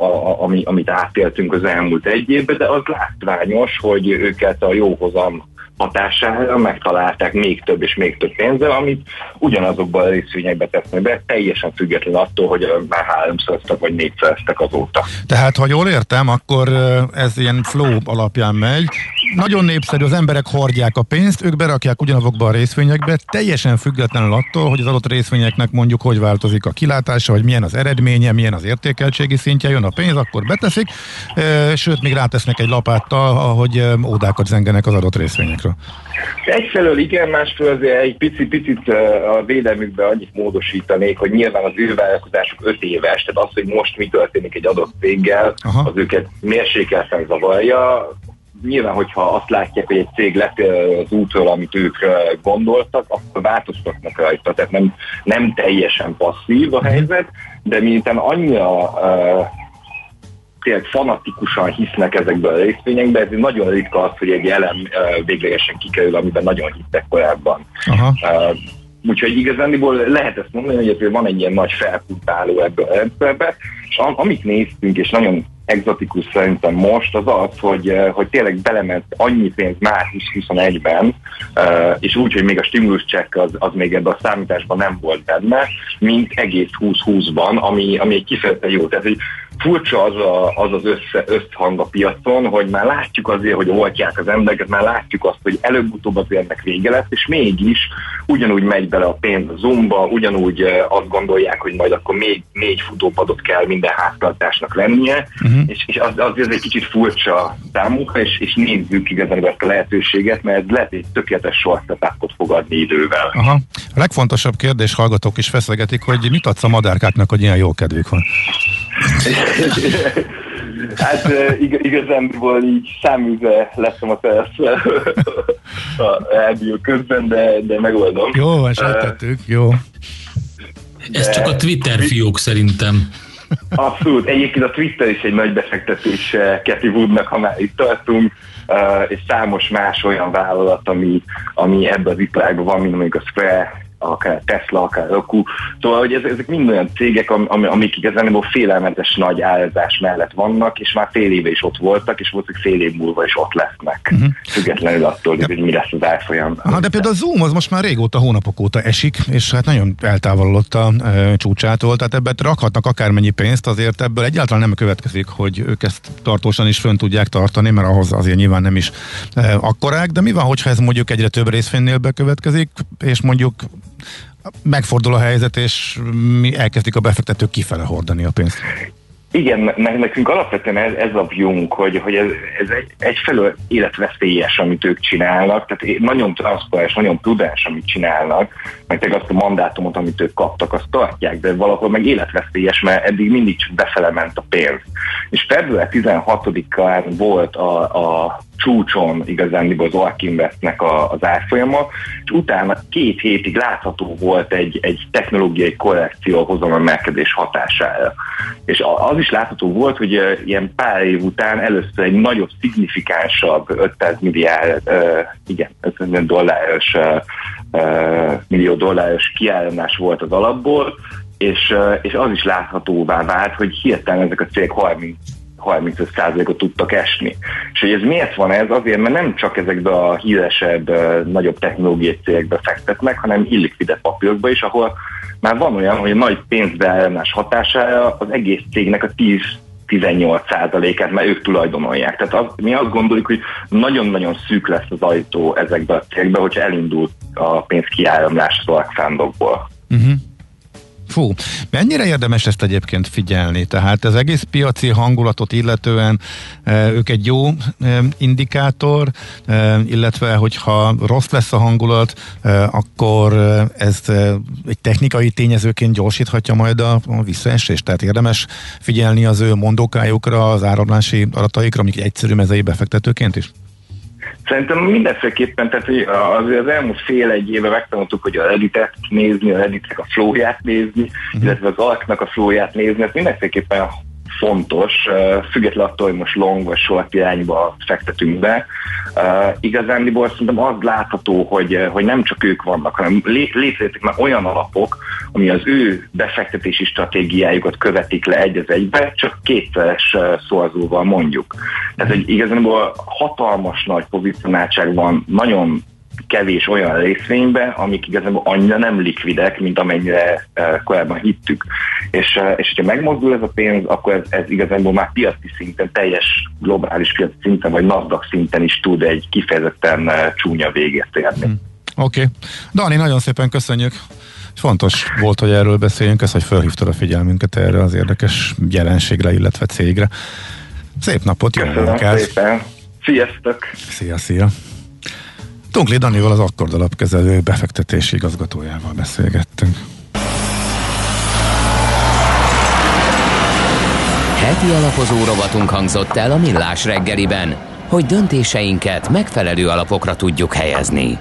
amit átéltünk az elmúlt egy évben, de az látványos, hogy őket a jóhozam hatására megtalálták még több és még több pénzzel, amit ugyanazokban a részvényekbe tesznek be, teljesen független attól, hogy már 3-szöröztek vagy 4-szöröztek azóta. Tehát, ha jól értem, akkor ez ilyen flow alapján megy. Nagyon népszerű, az emberek hordják a pénzt, ők berakják ugyanazokba a részvényekbe, teljesen függetlenül attól, hogy az adott részvényeknek mondjuk hogy változik a kilátása, hogy milyen az eredménye, milyen az értékeltségi szintje, jön a pénz, akkor beteszik, sőt, még rátesznek egy lapáttal, ahogy ódákat zengenek az adott részvényekről. Egyfelől igen, másfelől azért egy picit a védelmükbe annyit módosítanék, hogy nyilván az ő vállalkozásuk 5 éves, tehát az, hogy most mi történik egy adott céggel, az őket mérsékelten zavarja. Nyilván, hogyha azt látják, hogy egy cég letér az útról, amit ők gondoltak, akkor változtatnak rajta, tehát nem teljesen passzív a helyzet, de miután annyira tényleg fanatikusan hisznek ezekből a részvényekbe, ez nagyon ritka az, hogy egy elem véglegesen kikerül, amiben nagyon hittek korábban. Úgyhogy igazándiból lehet ezt mondani, hogy azért van egy ilyen nagy felpumpáló ebből a rendszerbe, és amit néztünk, és nagyon egzotikus szerintem most az az, hogy tényleg belement annyi pénz már 2021-ben, és úgy, hogy még a stimulus check az még ebben a számításban nem volt benne, mint egész 2020-ban, ami egy kifejezetten jó. Tehát hogy furcsa az összhang a piacon, hogy már látjuk azért, hogy oltják az embereket, már látjuk azt, hogy előbb-utóbb az ennek vége lesz, és mégis ugyanúgy megy bele a pénz a Zoomba, ugyanúgy azt gondolják, hogy majd akkor még 4 futópadot kell minden háztartásnak lennie, és az egy kicsit furcsa számunkra, és nézzük igazán ezt a lehetőséget, mert lehet egy tökéletes sorszatávot fogadni idővel. Aha. A legfontosabb kérdés, hallgatók is feszegetik, hogy mit adsz a madárkáknak, hogy ilyen jó kedvük van? Hát igazánból így száműzve leszem a teraszra a rádió közben, de megoldom. Jó, van, sejtettük, jó. Ez csak a Twitter fiók szerintem. Abszolút. Egyébként a Twitter is egy nagy befektetés Cathy Woodnak, ha már itt tartunk, és számos más olyan vállalat, ami ebben az iparágban van, mint mondjuk a Square, akár Tesla, akár Roku. Szóval, hogy ezek mind olyan cégek, amik igazából félelmetes nagy árazás mellett vannak, és már fél éve is ott voltak, és voltak fél év múlva is ott lesznek. Függetlenül attól, hogy mi lesz az árfolyam. De például a Zoom az most már régóta, hónapok óta esik, és hát nagyon eltávolodott a csúcsától, tehát ebben rakhatnak akármennyi pénzt, azért ebből egyáltalán nem következik, hogy ők ezt tartósan is fönn tudják tartani, mert ahhoz azért nyilván nem is akkorák, de mi van, hogyha ez mondjuk egyre több részvénynél bekövetkezik, és mondjuk megfordul a helyzet, és elkezdik a befektetők kifele hordani a pénzt? Igen, nekünk alapvetően ez a view-nk, hogy ez egyfelől életveszélyes, amit ők csinálnak, tehát nagyon transzparens, nagyon prudens, amit csinálnak, meg azt a mandátumot, amit ők kaptak, azt tartják, de valahol meg életveszélyes, mert eddig mindig csak befele ment a pénz. És február 16-án volt a csúcson igazándiból az ARK Investnek az árfolyama, és utána 2 hétig látható volt egy technológiai korrekció a hozamemelkedés hatására. És az is látható volt, hogy ilyen pár év után először egy nagyobb, szignifikánsabb 500 millió dolláros kiáramlás volt az alapból, és az is láthatóvá vált, hogy hirtelen ezek a cégek 35%-ot tudtak esni. És hogy ez miért van ez? Azért, mert nem csak ezekbe a híresebb, nagyobb technológiai cégekbe fektetnek, hanem illikvide papírokba is, ahol már van olyan, hogy a nagy pénzbeáramlás hatására az egész cégnek a 10-18%-át már ők tulajdonolják. Tehát mi azt gondoljuk, hogy nagyon-nagyon szűk lesz az ajtó ezekbe a cégekbe, hogyha elindult a pénzkiáramlás az alkfándokból. Fú, mennyire érdemes ezt egyébként figyelni? Tehát az egész piaci hangulatot illetően ők egy jó indikátor, illetve hogyha rossz lesz a hangulat, akkor ez egy technikai tényezőként gyorsíthatja majd a visszaesést. Tehát érdemes figyelni az ő mondókájukra, az áramlási adataikra, amik egyszerű mezei befektetőként is? Szerintem mindenféleképpen, tehát azért az elmúlt fél-egy éve megtanultuk, hogy a Redditet nézni, a Redditnek a flow-ját nézni, illetve az ARK-nak a flow-ját nézni, ez mindenféleképpen fontos, függetlenül attól, hogy most long vagy short irányba fektetünk be. Igazándiból szerintem az látható, hogy nem csak ők vannak, hanem létrejöttek már olyan alapok, ami az ő befektetési stratégiájukat követik le egy az egybe, csak kétszeres szorzóval mondjuk. Tehát, hogy igazából hatalmas nagy pozicionáltság van, nagyon kevés olyan részvényben, amik igazából annyira nem likvidek, mint amennyire korábban hittük. És hogyha megmozdul ez a pénz, akkor ez igazából már piaci szinten, teljes globális piaci szinten, vagy NASDAQ szinten is tud egy kifejezetten csúnya végét érni. Oké. Dani, nagyon szépen köszönjük. Fontos volt, hogy erről beszéljünk, ez, hogy felhívtad a figyelmünket erre az érdekes jelenségre, illetve cégre. Szép napot, jó munkát! Szépen! Sziasztok! Szia! Tunkli Danival, az Akkord alapkezelő befektetési igazgatójával beszélgettünk. Heti alapozó rovatunk hangzott el a Millás reggeliben, hogy döntéseinket megfelelő alapokra tudjuk helyezni.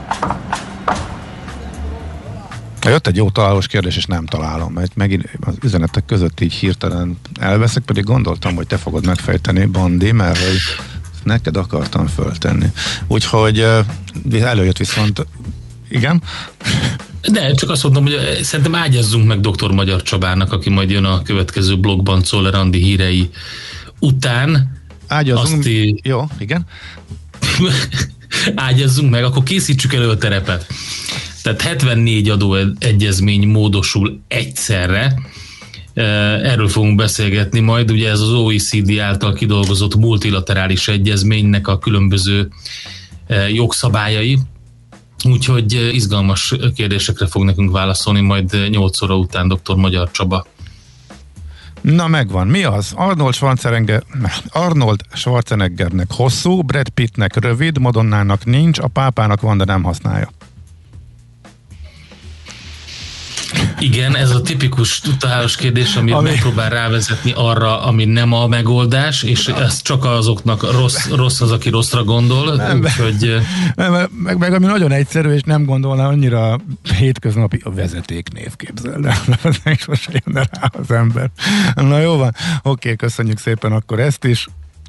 Jött egy jó találós kérdés, és nem találom, mert megint az üzenetek között így hirtelen elveszek, pedig gondoltam, hogy te fogod megfejteni, Bandi, mert neked akartam föltenni. Úgyhogy előjött viszont... Igen? De csak azt mondom, hogy szerintem ágyazzunk meg dr. Magyar Csabának, aki majd jön a következő blogban, Czoller Andi hírei után jó, igen. ágyazzunk meg, akkor készítsük elő a terepet. Tehát 74 adóegyezmény módosul egyszerre. Erről fogunk beszélgetni majd. Ugye ez az OECD által kidolgozott multilaterális egyezménynek a különböző jogszabályai. Úgyhogy izgalmas kérdésekre fog nekünk válaszolni majd 8 óra után dr. Magyar Csaba. Na megvan. Mi az? Arnold Schwarzeneggernek hosszú, Brad Pittnek rövid, Madonnának nincs, a pápának van, de nem használja. Igen, ez a tipikus utálós kérdés, amit megpróbál rávezetni arra, ami nem a megoldás, és ez csak azoknak rossz az, aki rosszra gondol. Úgyhogy... Meg ami nagyon egyszerű, és nem gondolná annyira hétköznapi, a vezetéknév, képzeld el. Sose jön rá az ember. Na jó van, oké, köszönjük szépen akkor ezt is.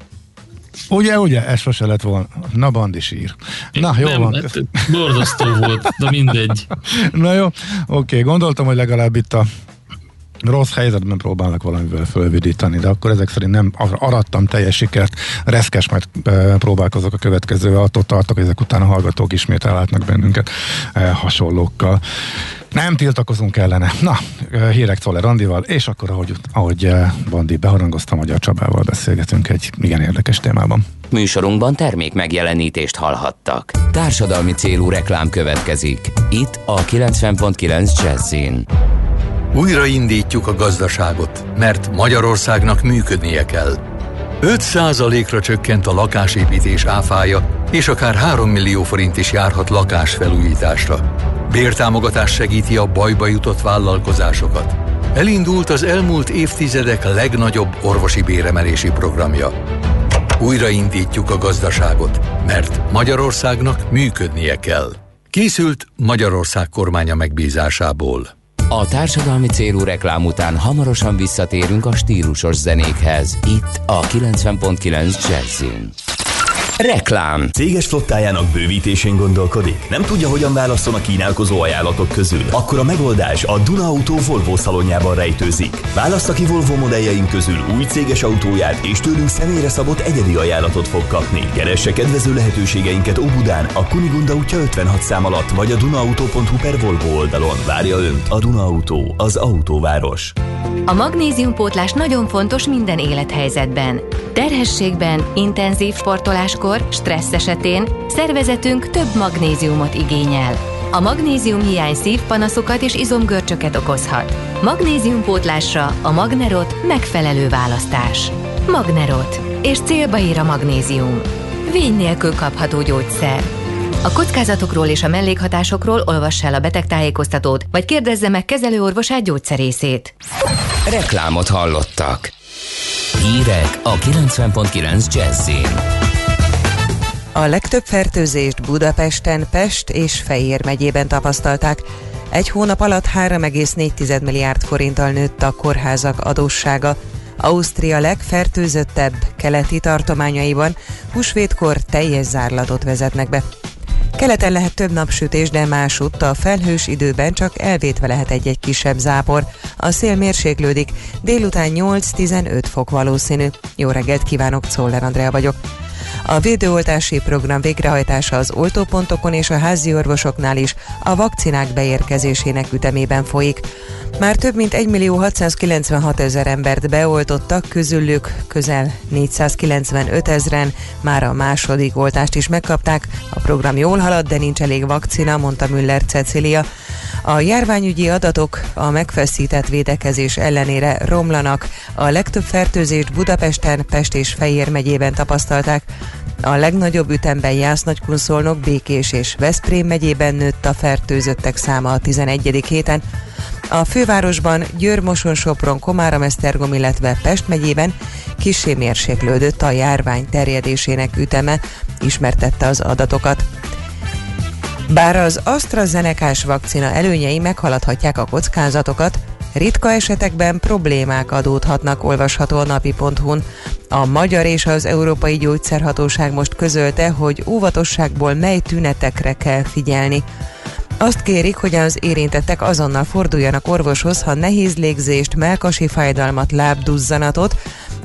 Ugye, ez sose lett volna. Na, Bandi sír. Na, jó nem, van. Borzasztó volt, de mindegy. Na jó, oké, gondoltam, hogy legalább itt a rossz helyzetben próbálnak valamivel fölvidítani, de akkor ezek szerint nem arattam teljes sikert. Reszkes, majd próbálkozok a következővel, attól tartok, hogy ezek után a hallgatók ismét ellátnak bennünket hasonlókkal. Nem tiltakozunk ellene. Na, hírek Czoller Andival, és akkor, ahogy Bandi beharangozta, Magyar Csabával beszélgetünk egy igen érdekes témában. Műsorunkban termék megjelenítést hallhattak. Társadalmi célú reklám következik. Itt a 90.9 Jazzin. Újraindítjuk a gazdaságot, mert Magyarországnak működnie kell. 5%-ra csökkent a lakásépítés áfája, és akár 3 millió forint is járhat lakásfelújításra. Bértámogatás segíti a bajba jutott vállalkozásokat. Elindult az elmúlt évtizedek legnagyobb orvosi béremelési programja. Újraindítjuk a gazdaságot, mert Magyarországnak működnie kell. Készült Magyarország kormánya megbízásából. A társadalmi célú reklám után hamarosan visszatérünk a stílusos zenékhez. Itt a 90.9 Jazzin. Reklám. Céges flottájának bővítésén gondolkodik? Nem tudja, hogyan válasszon a kínálkozó ajánlatok közül? Akkor a megoldás a Duna Autó Volvo szalonjában rejtőzik. Válassza ki Volvo modelljeink közül új céges autóját, és tőlünk személyre szabott egyedi ajánlatot fog kapni. Keresse kedvező lehetőségeinket Óbudán, a Kunigunda útja 56 szám alatt, vagy a dunaauto.hu/Volvo oldalon. Várja Önt a Duna Autó, az autóváros. A magnéziumpótlás nagyon fontos minden élethelyzetben. Terhességben, intenzív sportoláskor, stressz esetén szervezetünk több magnéziumot igényel. A magnézium hiány szívpanaszokat és izomgörcsöket okozhat. Magnéziumpótlásra a Magnerot megfelelő választás. Magnerot. És célba ír a magnézium. Vény nélkül kapható gyógyszer. A kockázatokról és a mellékhatásokról olvass el a betegtájékoztatót, vagy kérdezze meg kezelőorvosát, gyógyszerészét. Reklámot hallottak. Hírek a 90.9 Jazzin. A legtöbb fertőzést Budapesten, Pest és Fejér megyében tapasztalták. Egy hónap alatt 3,4 milliárd forinttal nőtt a kórházak adóssága. Ausztria legfertőzöttebb keleti tartományaiban húsvétkor teljes zárlatot vezetnek be. Keleten lehet több napsütés, de másutt a felhős időben csak elvétve lehet egy-egy kisebb zápor. A szél mérséklődik, délután 8-15 fok valószínű. Jó reggelt kívánok, Czoller Andrea vagyok. A védőoltási program végrehajtása az oltópontokon és a házi orvosoknál is a vakcinák beérkezésének ütemében folyik. Már több mint 1.696.000 embert beoltottak, közülük közel 495.000-en már a második oltást is megkapták. A program jól halad, de nincs elég vakcina, mondta Müller Cecília. A járványügyi adatok a megfeszített védekezés ellenére romlanak. A legtöbb fertőzést Budapesten, Pest és Fejér megyében tapasztalták. A legnagyobb ütemben Jász-Nagykun-Szolnok, Békés és Veszprém megyében nőtt a fertőzöttek száma a 11. héten. A fővárosban Győr, Moson, Sopron, Komárom-Esztergom, illetve Pest megyében kissé mérséklődött a járvány terjedésének üteme, ismertette az adatokat. Bár az AstraZeneca-s vakcina előnyei meghaladhatják a kockázatokat, ritka esetekben problémák adódhatnak, olvasható a napi.hu-n. A magyar és az Európai Gyógyszerhatóság most közölte, hogy óvatosságból mely tünetekre kell figyelni. Azt kérik, hogy az érintettek azonnal forduljanak orvoshoz, ha nehéz légzést, mellkasi fájdalmat, lábduzzanatot,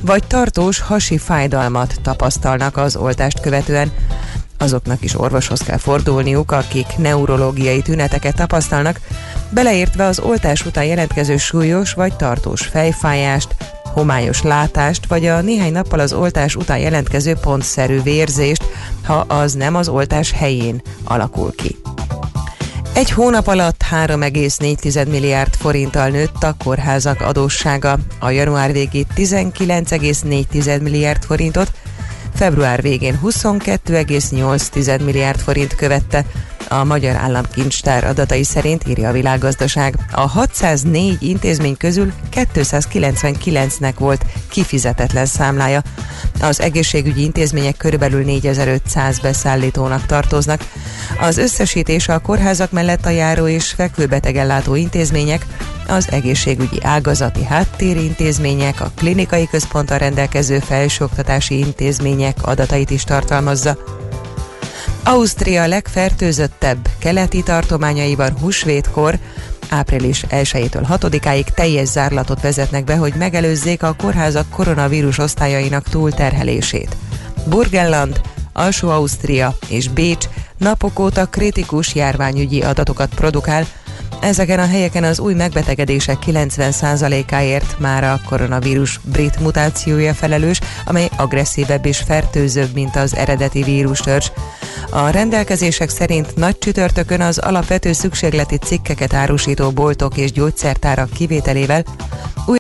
vagy tartós hasi fájdalmat tapasztalnak az oltást követően. Azoknak is orvoshoz kell fordulniuk, akik neurológiai tüneteket tapasztalnak, beleértve az oltás után jelentkező súlyos vagy tartós fejfájást, homályos látást, vagy a néhány nappal az oltás után jelentkező pontszerű vérzést, ha az nem az oltás helyén alakul ki. Egy hónap alatt 3,4 milliárd forinttal nőtt a kórházak adóssága. A január végét 19,4 milliárd forintot, február végén 22,8 milliárd forint követte. A Magyar Államkincstár adatai szerint, írja a Világgazdaság, a 604 intézmény közül 299-nek volt kifizetetlen számlája. Az egészségügyi intézmények körülbelül 4500 beszállítónak tartoznak. Az összesítés a kórházak mellett a járó- és fekvőbetegellátó intézmények, az egészségügyi ágazati háttérintézmények, a klinikai központtal rendelkező felsőoktatási intézmények adatait is tartalmazza. Ausztria legfertőzöttebb keleti tartományaiban húsvétkor április 1-től 6-áig teljes zárlatot vezetnek be, hogy megelőzzék a kórházak koronavírus osztályainak túlterhelését. Burgenland, Alsó-Ausztria és Bécs napok óta kritikus járványügyi adatokat produkál. Ezeken a helyeken az új megbetegedések 90%-áért már a koronavírus brit mutációja felelős, amely agresszívebb és fertőzőbb, mint az eredeti vírustörzs. A rendelkezések szerint nagy csütörtökön az alapvető szükségleti cikkeket árusító boltok és gyógyszertárak kivételével